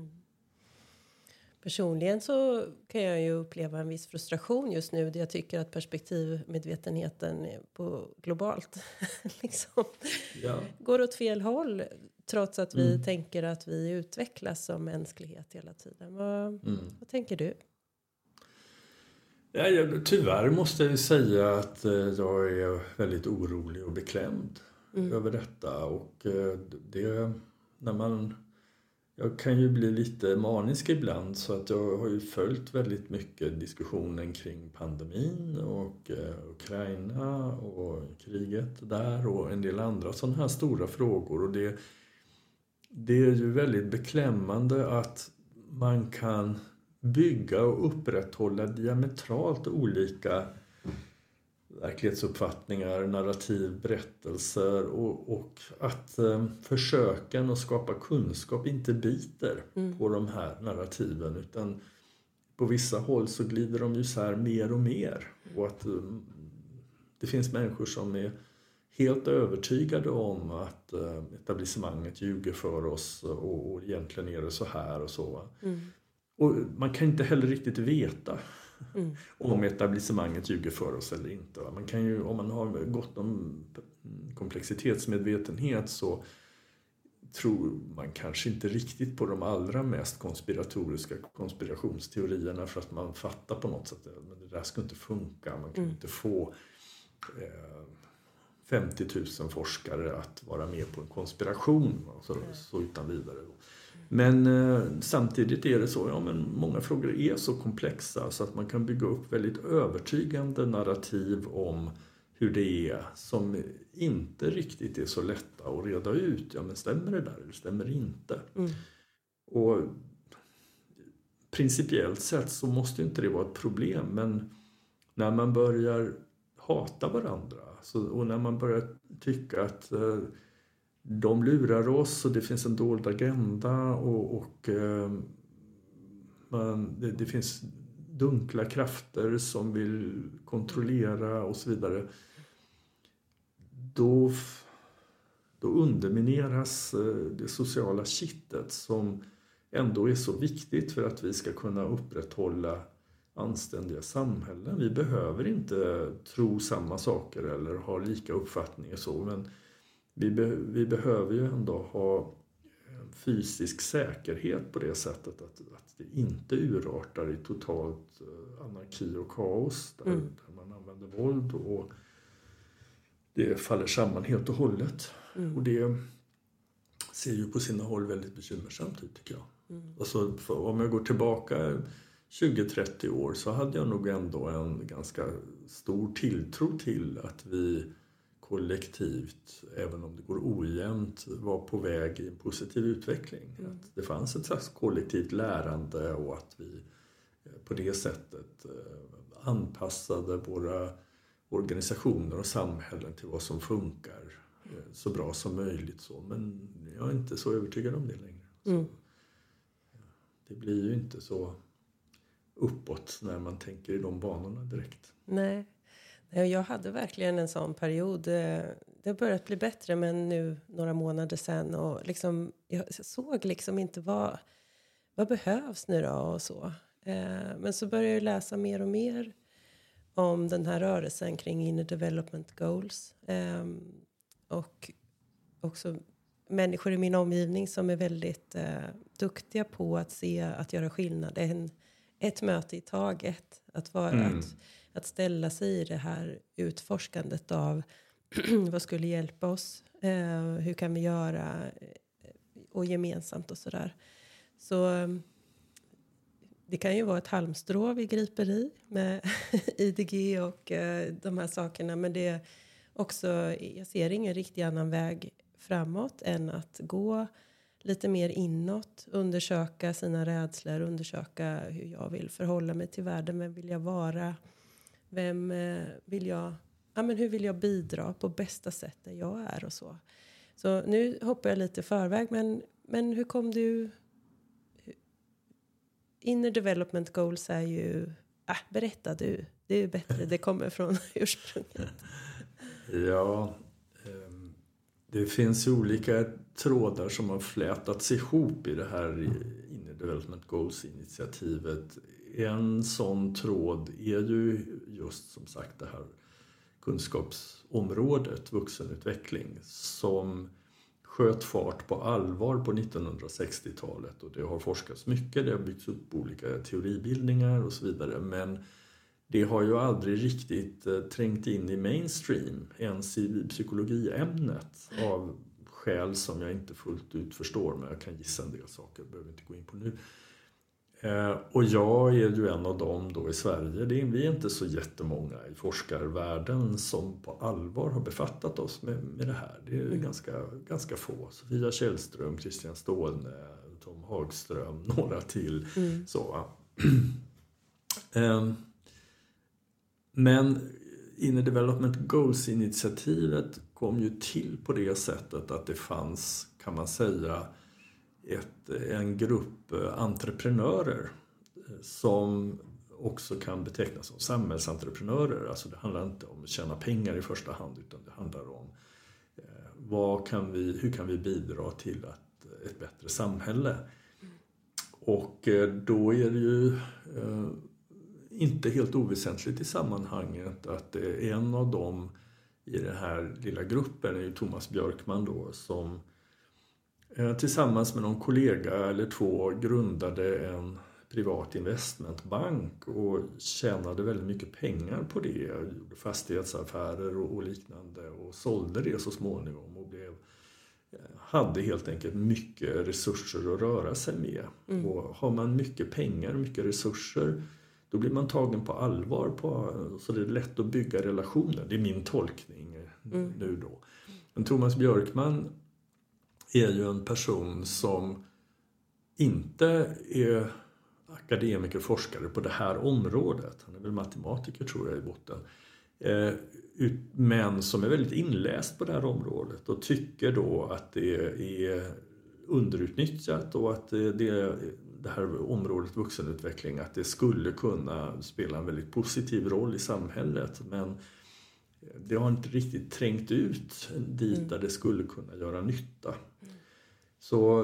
Personligen så kan jag ju uppleva en viss frustration just nu. Där jag tycker att perspektivmedvetenheten globalt liksom går åt fel håll. Trots att vi tänker att vi utvecklas som mänsklighet hela tiden. Vad tänker du? Tyvärr måste jag säga att jag är väldigt orolig och beklämd över detta. Och Jag kan ju bli lite manisk ibland, så att jag har ju följt väldigt mycket diskussionen kring pandemin och Ukraina och kriget där och en del andra sådana här stora frågor. Och det är ju väldigt beklämmande att man kan bygga och upprätthålla diametralt olika verklighetsuppfattningar, narrativ, berättelser och att försöken att skapa kunskap inte biter på de här narrativen, utan på vissa håll så glider de ju så här mer och mer, och att det finns människor som är helt övertygade om att etablissemanget ljuger för oss och egentligen är det så här och så. Och man kan inte heller riktigt veta om etablissemanget ljuger för oss eller inte. Man kan ju, om man har gott om komplexitetsmedvetenhet, så tror man kanske inte riktigt på de allra mest konspiratoriska konspirationsteorierna, för att man fattar på något sätt att det där ska inte funka. Man kan inte få 50 000 forskare att vara med på en konspiration så utan vidare. Men samtidigt är det så, men många frågor är så komplexa så att man kan bygga upp väldigt övertygande narrativ om hur det är, som inte riktigt är så lätta att reda ut. Men stämmer det där eller stämmer det inte? Och principiellt sett så måste inte det vara ett problem, men när man börjar hata varandra och när man börjar tycka att de lurar oss och det finns en dold agenda och det finns dunkla krafter som vill kontrollera och så vidare, då undermineras det sociala kittet som ändå är så viktigt för att vi ska kunna upprätthålla anständiga samhällen. Vi behöver inte tro samma saker eller ha lika uppfattningar så, men vi behöver ju ändå ha fysisk säkerhet på det sättet att det inte urartar i totalt anarki och kaos där man använder våld och det faller samman helt och hållet. Och det ser ju på sina håll väldigt bekymmersamt ut, tycker jag. Alltså, om jag går tillbaka 20-30 år så hade jag nog ändå en ganska stor tilltro till att vi kollektivt, även om det går ojämnt, var på väg i en positiv utveckling. Att det fanns ett slags kollektivt lärande och att vi på det sättet anpassade våra organisationer och samhällen till vad som funkar så bra som möjligt. Så. Men jag är inte så övertygad om det längre. Så det blir ju inte så uppåt när man tänker i de banorna direkt. Nej, jag hade verkligen en sån period. Det har börjat bli bättre, men nu några månader sedan. Och liksom, jag såg liksom inte vad behövs nu då och så. Men så började jag läsa mer och mer om den här rörelsen kring Inner Development Goals. Och också människor i min omgivning som är väldigt duktiga på att göra skillnad. Ett möte i taget. Att ställa sig i det här utforskandet av vad skulle hjälpa oss. Hur kan vi göra och gemensamt och sådär. Så det kan ju vara ett halmstrå vi griper i med IDG och de här sakerna. Men det är också, jag ser ingen riktig annan väg framåt än att gå lite mer inåt, undersöka sina rädslor, undersöka hur jag vill förhålla mig till världen, vem vill jag vara, hur vill jag bidra på bästa sätt där jag är och så. Så nu hoppar jag lite i förväg, men hur kom du? Inner Development Goals är ju, berätta du, det är ju bättre, det kommer från ursprunget. Ja, det finns ju olika trådar som har flätats ihop i det här Inner Development Goals-initiativet. En sån tråd är ju just som sagt det här kunskapsområdet, vuxenutveckling, som sköt fart på allvar på 1960-talet. Och det har forskats mycket, det har byggts upp olika teoribildningar och så vidare. Men det har ju aldrig riktigt trängt in i mainstream, ens i psykologiämnet, av skäl som jag inte fullt ut förstår, men jag kan gissa en del saker, behöver inte gå in på nu. Och jag är ju en av dem då i Sverige. Vi är inte så jättemånga i forskarvärlden som på allvar har befattat oss med det här. Det är ganska få. Sofia Källström, Christian Stålne, Tom Hagström, några till. Så. Men Inner Development Goals-initiativet kom ju till på det sättet att det fanns, kan man säga, en grupp entreprenörer som också kan betecknas som samhällsentreprenörer. Alltså det handlar inte om att tjäna pengar i första hand, utan det handlar om hur kan vi bidra till ett bättre samhälle. Och då är det ju inte helt oväsentligt i sammanhanget att en av dem i den här lilla gruppen är ju Thomas Björkman då, som tillsammans med någon kollega eller två grundade en privat investmentbank och tjänade väldigt mycket pengar på det. Gjorde fastighetsaffärer och liknande och sålde det så småningom och hade helt enkelt mycket resurser att röra sig med. Och har man mycket pengar och mycket resurser, då blir man tagen på allvar, så det är lätt att bygga relationer. Det är min tolkning nu då. Men Thomas Björkman är ju en person som inte är akademiker, forskare på det här området. Han är väl matematiker tror jag i botten. Men som är väldigt inläst på det här området och tycker då att det är underutnyttjat och att det här området vuxenutveckling, att det skulle kunna spela en väldigt positiv roll i samhället, men det har inte riktigt trängt ut dit där det skulle kunna göra nytta. Så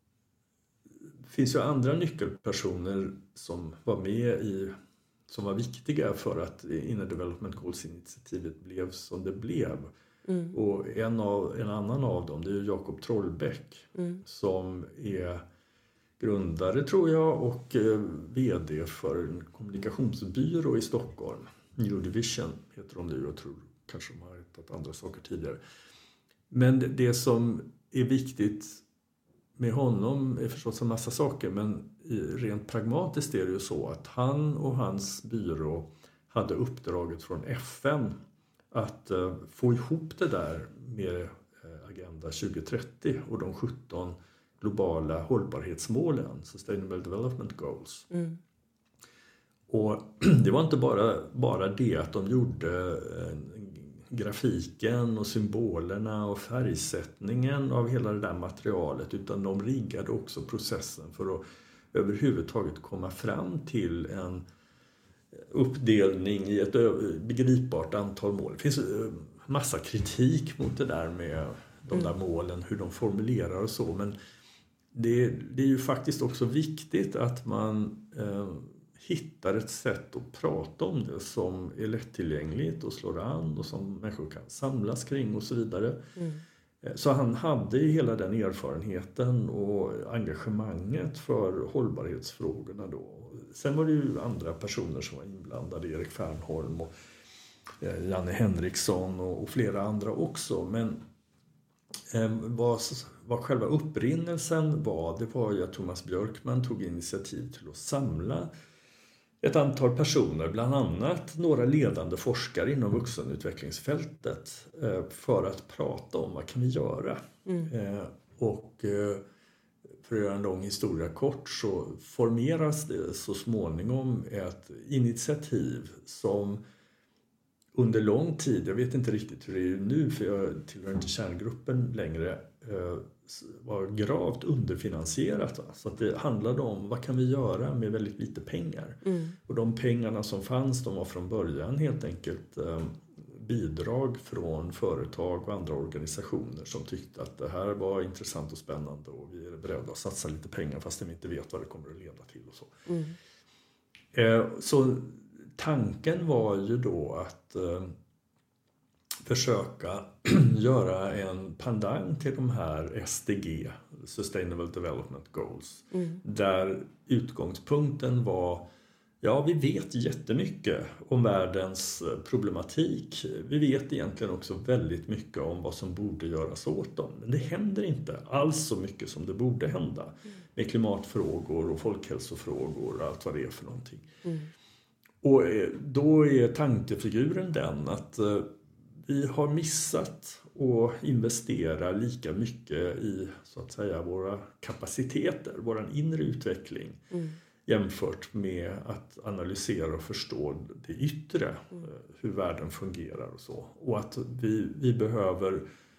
det finns ju andra nyckelpersoner som var med som var viktiga för att Inner Development Goals-initiativet blev som det blev. Och en annan av dem, det är Jakob Trollbäck som är grundare tror jag och vd för en kommunikationsbyrå i Stockholm. New Division heter de nu, jag tror kanske de har hittat andra saker tidigare. Men det som är viktigt med honom är förstås en massa saker, men rent pragmatiskt är det ju så att han och hans byrå hade uppdraget från FN att få ihop det där med Agenda 2030 och de 17 globala hållbarhetsmålen, Sustainable Development Goals. Och det var inte bara det att de gjorde grafiken och symbolerna och färgsättningen av hela det där materialet, utan de riggade också processen för att överhuvudtaget komma fram till en uppdelning i ett begripbart antal mål. Det finns massa kritik mot det där med de där målen, hur de formulerar och så, men det är ju faktiskt också viktigt att man hittar ett sätt att prata om det som är lättillgängligt och slår an och som människor kan samlas kring och så vidare. Så han hade ju hela den erfarenheten och engagemanget för hållbarhetsfrågorna då. Sen var det ju andra personer som var inblandade, Erik Fernholm och Janne Henriksson och flera andra också. Men vad själva upprinnelsen var, det var ju att Thomas Björkman tog initiativ till att samla ett antal personer, bland annat några ledande forskare inom vuxenutvecklingsfältet, för att prata om vad kan vi göra. Och för att göra en lång historia kort så formeras det så småningom ett initiativ som under lång tid, jag vet inte riktigt hur det är nu för jag tillhör inte kärngruppen längre, var gravt underfinansierat. Så att det handlade om vad kan vi göra med väldigt lite pengar. Och de pengarna som fanns, de var från början helt enkelt bidrag från företag och andra organisationer som tyckte att det här var intressant och spännande och vi är beredda att satsa lite pengar fast vi inte vet vad det kommer att leda till och så. Så tanken var ju då att försöka göra en pendang till de här SDG, Sustainable Development Goals, där utgångspunkten var Ja, vi vet jättemycket om världens problematik. Vi vet egentligen också väldigt mycket om vad som borde göras åt dem. Men det händer inte alls så mycket som det borde hända. Med klimatfrågor och folkhälsofrågor och allt vad det är för någonting. Och då är tankefiguren den att vi har missat att investera lika mycket i så att säga våra kapaciteter, vår inre utveckling. Jämfört med att analysera och förstå det yttre, hur världen fungerar och så. Och att vi behöver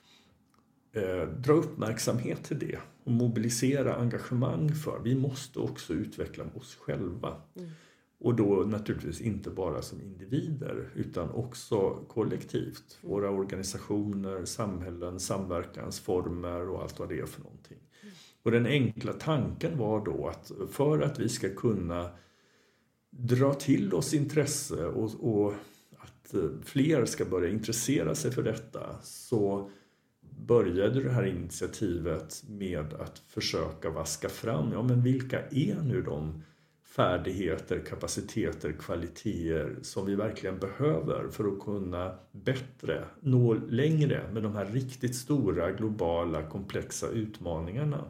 dra uppmärksamhet till det och mobilisera engagemang för. Vi måste också utveckla oss själva. Och då naturligtvis inte bara som individer utan också kollektivt. Våra organisationer, samhällen, samverkansformer och allt vad det är för någonting. Och den enkla tanken var då att för att vi ska kunna dra till oss intresse och att fler ska börja intressera sig för detta, så började det här initiativet med att försöka vaska fram, men vilka är nu de färdigheter, kapaciteter, kvaliteter som vi verkligen behöver för att kunna bättre nå längre med de här riktigt stora, globala, komplexa utmaningarna.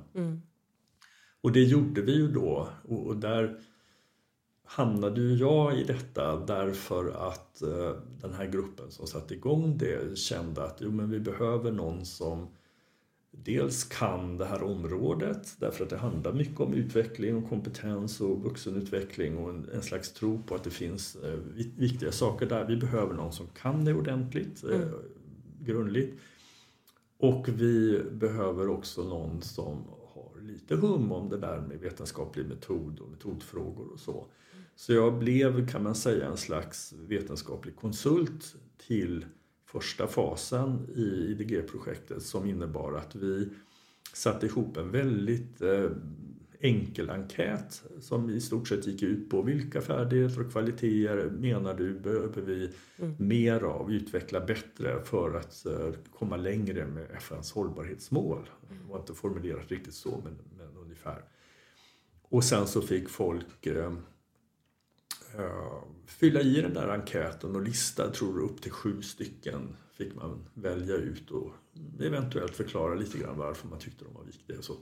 Och det gjorde vi ju då, och där hamnade ju jag i detta därför att den här gruppen som satte igång det kände att men vi behöver någon som dels kan det här området, därför att det handlar mycket om utveckling och kompetens och vuxenutveckling och en slags tro på att det finns viktiga saker där. Vi behöver någon som kan det ordentligt, grundligt. Och vi behöver också någon som har lite hum om det där med vetenskaplig metod och metodfrågor och så. Så jag blev, kan man säga, en slags vetenskaplig konsult till första fasen i IDG-projektet, som innebar att vi satte ihop en väldigt enkel enkät som i stort sett gick ut på vilka färdigheter och kvaliteter menar du behöver vi mer av, utveckla bättre för att komma längre med FN:s hållbarhetsmål. Det var inte formulerat riktigt så, men ungefär. Och sen så fick folk fylla i den där enkäten och lista, tror jag, upp till 7 stycken fick man välja ut och eventuellt förklara lite grann varför man tyckte de var viktiga och så.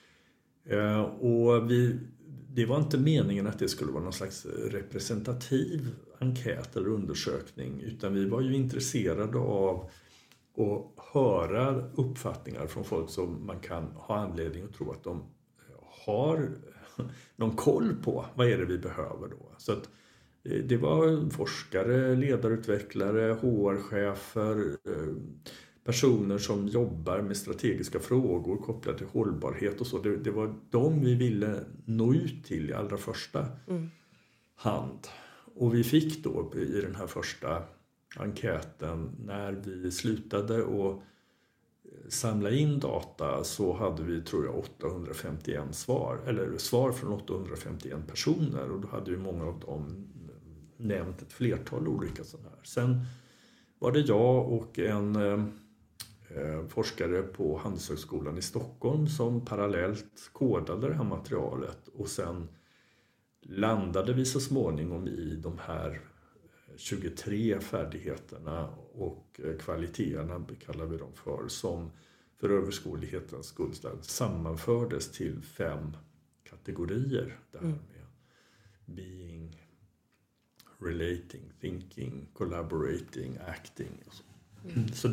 Och det var inte meningen att det skulle vara någon slags representativ enkät eller undersökning, utan vi var ju intresserade av att höra uppfattningar från folk som man kan ha anledning att tro att de har någon koll på vad är det vi behöver då. Så att det var forskare, ledarutvecklare, HR-chefer, personer som jobbar med strategiska frågor kopplade till hållbarhet och så. Det var de vi ville nå ut till i allra första hand. Och vi fick då i den här första enkäten, när vi slutade att samla in data, så hade vi, tror jag, 851 svar, eller svar från 851 personer, och då hade ju många av dem nämnt ett flertal olika sådana här. Sen var det jag och en forskare på Handelshögskolan i Stockholm som parallellt kodade det här materialet, och sen landade vi så småningom i de här 23 färdigheterna och kvaliteterna kallar vi dem för, som för överskådlighetens skull sammanfördes till 5 kategorier. Det här med being, relating, thinking, collaborating, acting och så. Så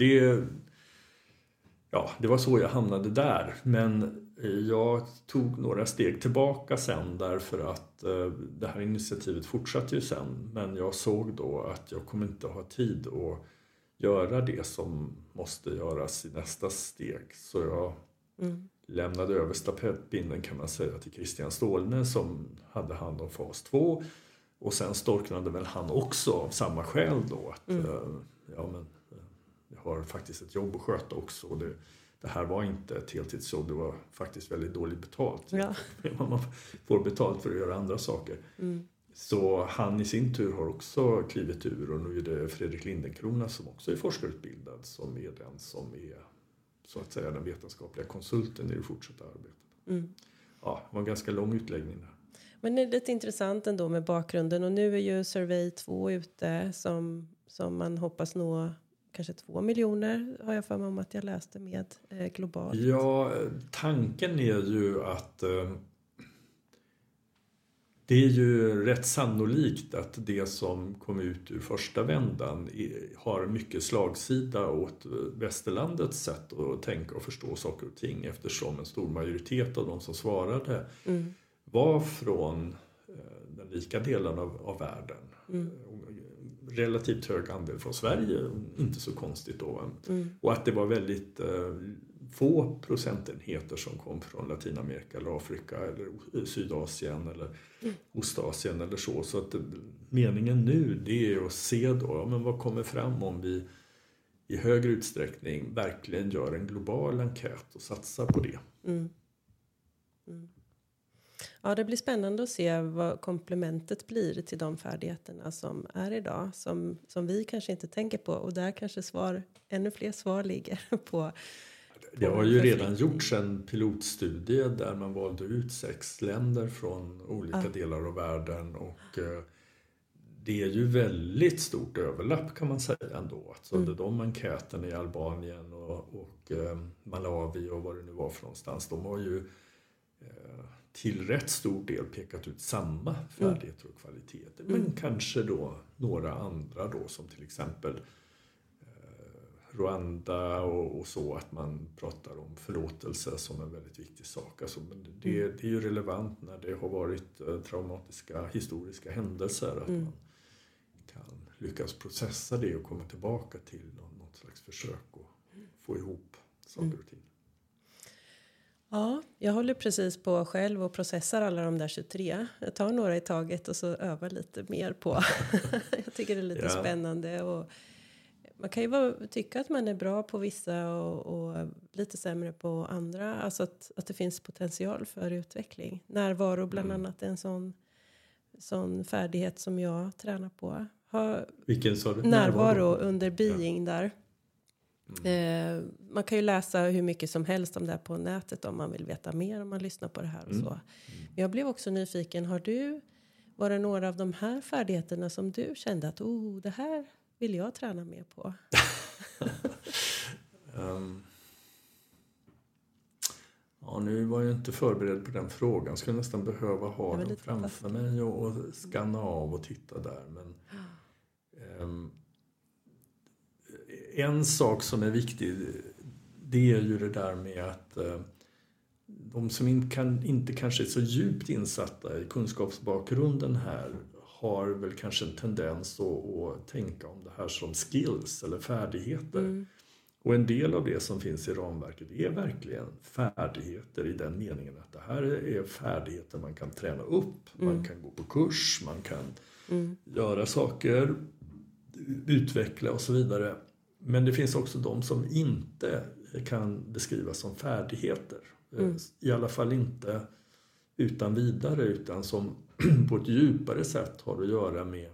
det var så jag hamnade där. Men jag tog några steg tillbaka sen, därför att det här initiativet fortsatte ju sen. Men jag såg då att jag kommer inte ha tid att göra det som måste göras i nästa steg. Så jag lämnade över stafettpinnen, kan man säga, till Christian Stålne som hade hand om fas 2. Och sen storknade väl han också av samma skäl då. Att jag har faktiskt ett jobb att sköta också. Och det här var inte ett heltidsjobb, det var faktiskt väldigt dåligt betalt. Ja. Man får betalt för att göra andra saker. Så han i sin tur har också klivit ur, och nu är det Fredrik Lindenkrona som också är forskarutbildad som är den som är, så att säga, den vetenskapliga konsulten i det fortsatta arbetet. Ja, det var en ganska lång utläggning där. Men det är lite intressant ändå med bakgrunden. Och nu är ju Survey 2 ute som man hoppas nå kanske 2 miljoner. Har jag för mig om att jag läste med globalt. Ja, tanken är ju att det är ju rätt sannolikt att det som kom ut ur första vändan har mycket slagsida åt västerlandets sätt att tänka och förstå saker och ting, eftersom en stor majoritet av de som svarade var från den rika delen av världen. Relativt hög andel från Sverige, inte så konstigt då. Och att det var väldigt få procentenheter som kom från Latinamerika eller Afrika eller Sydasien eller Ostasien eller så. Så att meningen nu, det är att se då, men vad kommer fram om vi i högre utsträckning verkligen gör en global enkät och satsar på det. Ja, det blir spännande att se vad komplementet blir till de färdigheterna som är idag. Som vi kanske inte tänker på. Och där kanske ännu fler svar ligger på. Det har ju redan gjorts en pilotstudie där man valde ut 6 länder från olika delar av världen. Och det är ju väldigt stort överlapp kan man säga ändå. Alltså de enkäterna i Albanien och Malawi och vad det nu var för någonstans. De har ju till rätt stor del pekat ut samma färdigheter och kvaliteter. Men kanske då några andra då, som till exempel Rwanda och så, att man pratar om förlåtelse som en väldigt viktig sak. Alltså, det är ju relevant när det har varit traumatiska historiska händelser att man kan lyckas processa det och komma tillbaka till något slags försök att få ihop saker och ting. Ja, jag håller precis på själv och processar alla de där 23. Jag tar några i taget och så övar lite mer på. Jag tycker det är lite spännande. Och man kan ju tycka att man är bra på vissa och lite sämre på andra. Alltså att det finns potential för utveckling. Närvaro bland annat är en sån färdighet som jag tränar på. Vilken sa du? Närvaro under being där. Man kan ju läsa hur mycket som helst om det här på nätet om man vill veta mer, om man lyssnar på det här och så. Men jag blev också nyfiken. Var det några av de här färdigheterna som du kände att det här vill jag träna mer på? Ja, nu var jag inte förberedd på den frågan. Jag skulle nästan behöva ha den framför mig och skanna av och titta där. Men en sak som är viktig, det är ju det där med att de som inte kanske är så djupt insatta i kunskapsbakgrunden här har väl kanske en tendens att tänka om det här som skills eller färdigheter. Och en del av det som finns i ramverket är verkligen färdigheter i den meningen att det här är färdigheter man kan träna upp, man kan gå på kurs, man kan göra saker, utveckla och så vidare. Men det finns också de som inte kan beskrivas som färdigheter. I alla fall inte utan vidare, utan som på ett djupare sätt har att göra med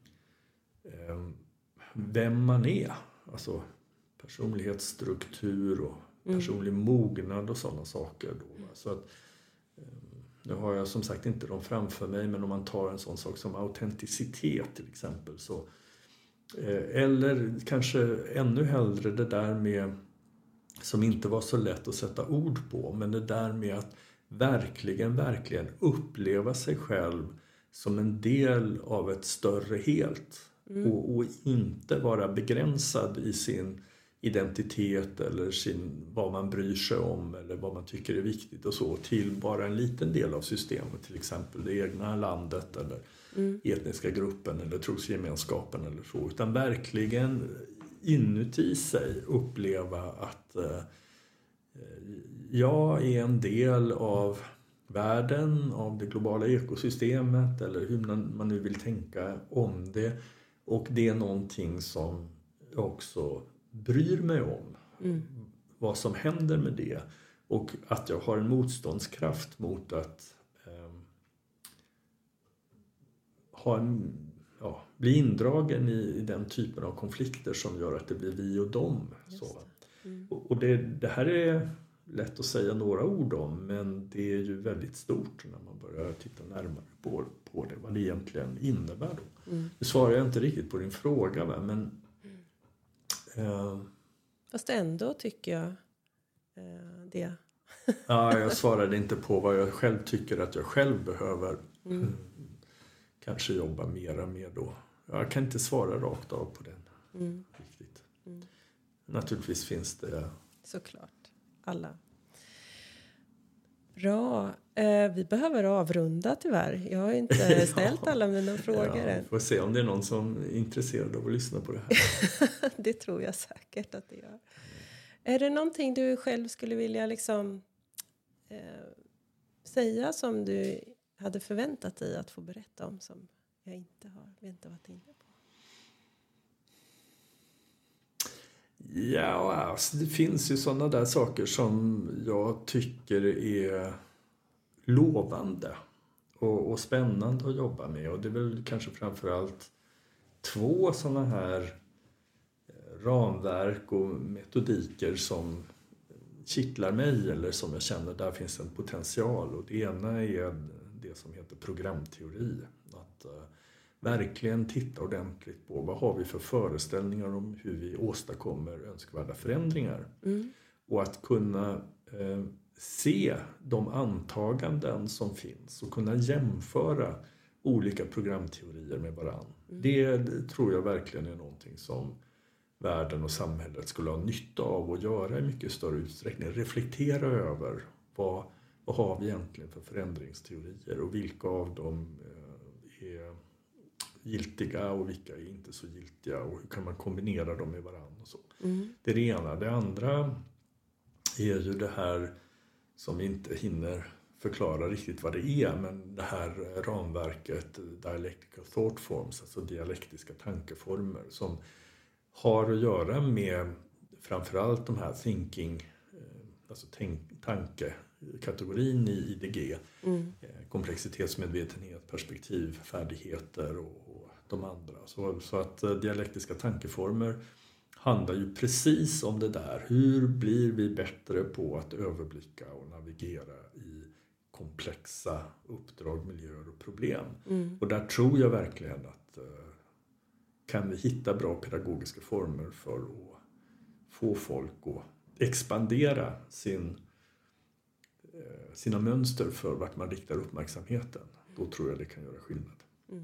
vem man är. Alltså personlighetsstruktur och personlig mognad och sådana saker. Då. Så att, nu har jag som sagt inte dem framför mig, men om man tar en sån sak som autenticitet till exempel, så eller kanske ännu hellre det där med, som inte var så lätt att sätta ord på, men det där med att verkligen uppleva sig själv som en del av ett större helt och inte vara begränsad i sin identitet eller vad man bryr sig om eller vad man tycker är viktigt och så, till bara en liten del av systemet, till exempel det egna landet eller etniska gruppen eller trosgemenskapen eller så, utan verkligen inuti sig uppleva att jag är en del av världen, av det globala ekosystemet eller hur man nu vill tänka om det, och det är någonting som jag också bryr mig om vad som händer med det, och att jag har en motståndskraft mot att bli indragen i den typen av konflikter som gör att det blir vi och dem. Så. Och det här är lätt att säga några ord om, men det är ju väldigt stort när man börjar titta närmare på det, vad det egentligen innebär då. Nu svarar jag inte riktigt på din fråga, va? Men fast ändå tycker jag det. Ja, jag svarade inte på vad jag själv tycker att jag själv behöver kanske jobba mera med då. Jag kan inte svara rakt av på den riktigt. Naturligtvis finns det... Såklart, alla. Bra. Vi behöver avrunda tyvärr. Jag har inte ställt alla mina frågor än. Får se om det är någon som är intresserad av att lyssna på det här. Det tror jag säkert att det gör. Är det någonting du själv skulle vilja liksom, säga som du hade förväntat dig att få berätta om som jag inte har varit inne på? Ja, alltså det finns ju sådana där saker som jag tycker är lovande och spännande att jobba med. Och det är väl kanske framförallt 2 sådana här ramverk och metodiker som kittlar mig eller som jag känner där finns en potential. Och det ena är det som heter programteori. Att verkligen titta ordentligt på vad har vi för föreställningar om hur vi åstadkommer önskvärda förändringar. Och att kunna se de antaganden som finns och kunna jämföra olika programteorier med varandra. Det tror jag verkligen är någonting som världen och samhället skulle ha nytta av att göra i mycket större utsträckning. Reflektera över vad har vi egentligen för förändringsteorier och vilka av dem är giltiga och vilka är inte så giltiga och hur kan man kombinera dem med varandra och så. Det är det ena. Det andra är ju det här som vi inte hinner förklara riktigt vad det är, men det här ramverket Dialectical Thought Forms, alltså dialektiska tankeformer som har att göra med framförallt de här thinking, alltså tankekategorin i IDG, komplexitetsmedvetenhet, perspektiv, färdigheter och de andra. Så att dialektiska tankeformer handlar ju precis om det där. Hur blir vi bättre på att överblicka och navigera i komplexa uppdrag, miljöer och problem? Och där tror jag verkligen att kan vi hitta bra pedagogiska former för att få folk att expandera sina mönster för vart man riktar uppmärksamheten. Då tror jag det kan göra skillnad.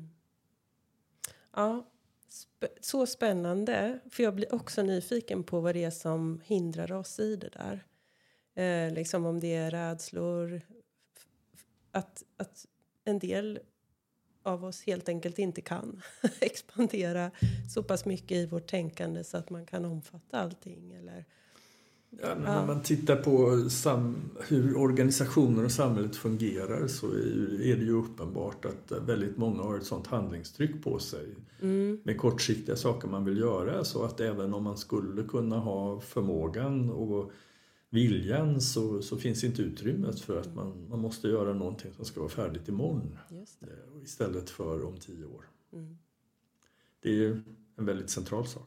Ja, så spännande. För jag blir också nyfiken på vad det är som hindrar oss i det där. Liksom om det är rädslor. Att en del av oss helt enkelt inte kan expandera så pass mycket i vårt tänkande så att man kan omfatta allting. Eller... Ja, när man tittar på hur organisationer och samhället fungerar så är det ju uppenbart att väldigt många har ett sånt handlingstryck på sig med kortsiktiga saker man vill göra, så att även om man skulle kunna ha förmågan och viljan så finns inte utrymmet för att man måste göra någonting som ska vara färdigt imorgon. Just det. Istället för om 10 år. Det är ju en väldigt central sak.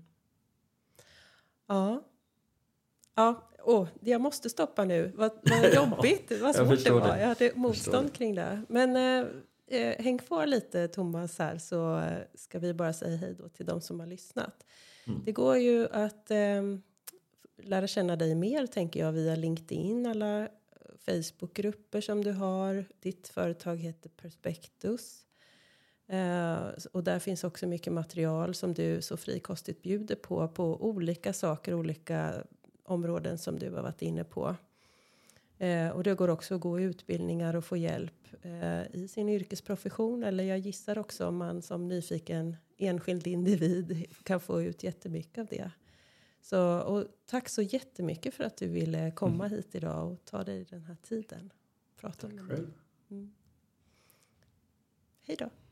Jag måste stoppa nu. Vad jobbigt, vad svårt det var. Jag hade motstånd kring det. Men häng kvar lite, Thomas, här, så ska vi bara säga hej då till de som har lyssnat. Det går ju att lära känna dig mer, tänker jag, via LinkedIn, alla Facebookgrupper som du har. Ditt företag heter Perspectus. Och där finns också mycket material som du så frikostigt bjuder på olika saker, olika områden som du har varit inne på. Och det går också att gå utbildningar och få hjälp i sin yrkesprofession. Eller jag gissar också om man som nyfiken enskild individ kan få ut jättemycket av det. Och tack så jättemycket för att du ville komma hit idag och ta dig den här tiden. Prata om det. Själv. Hej då.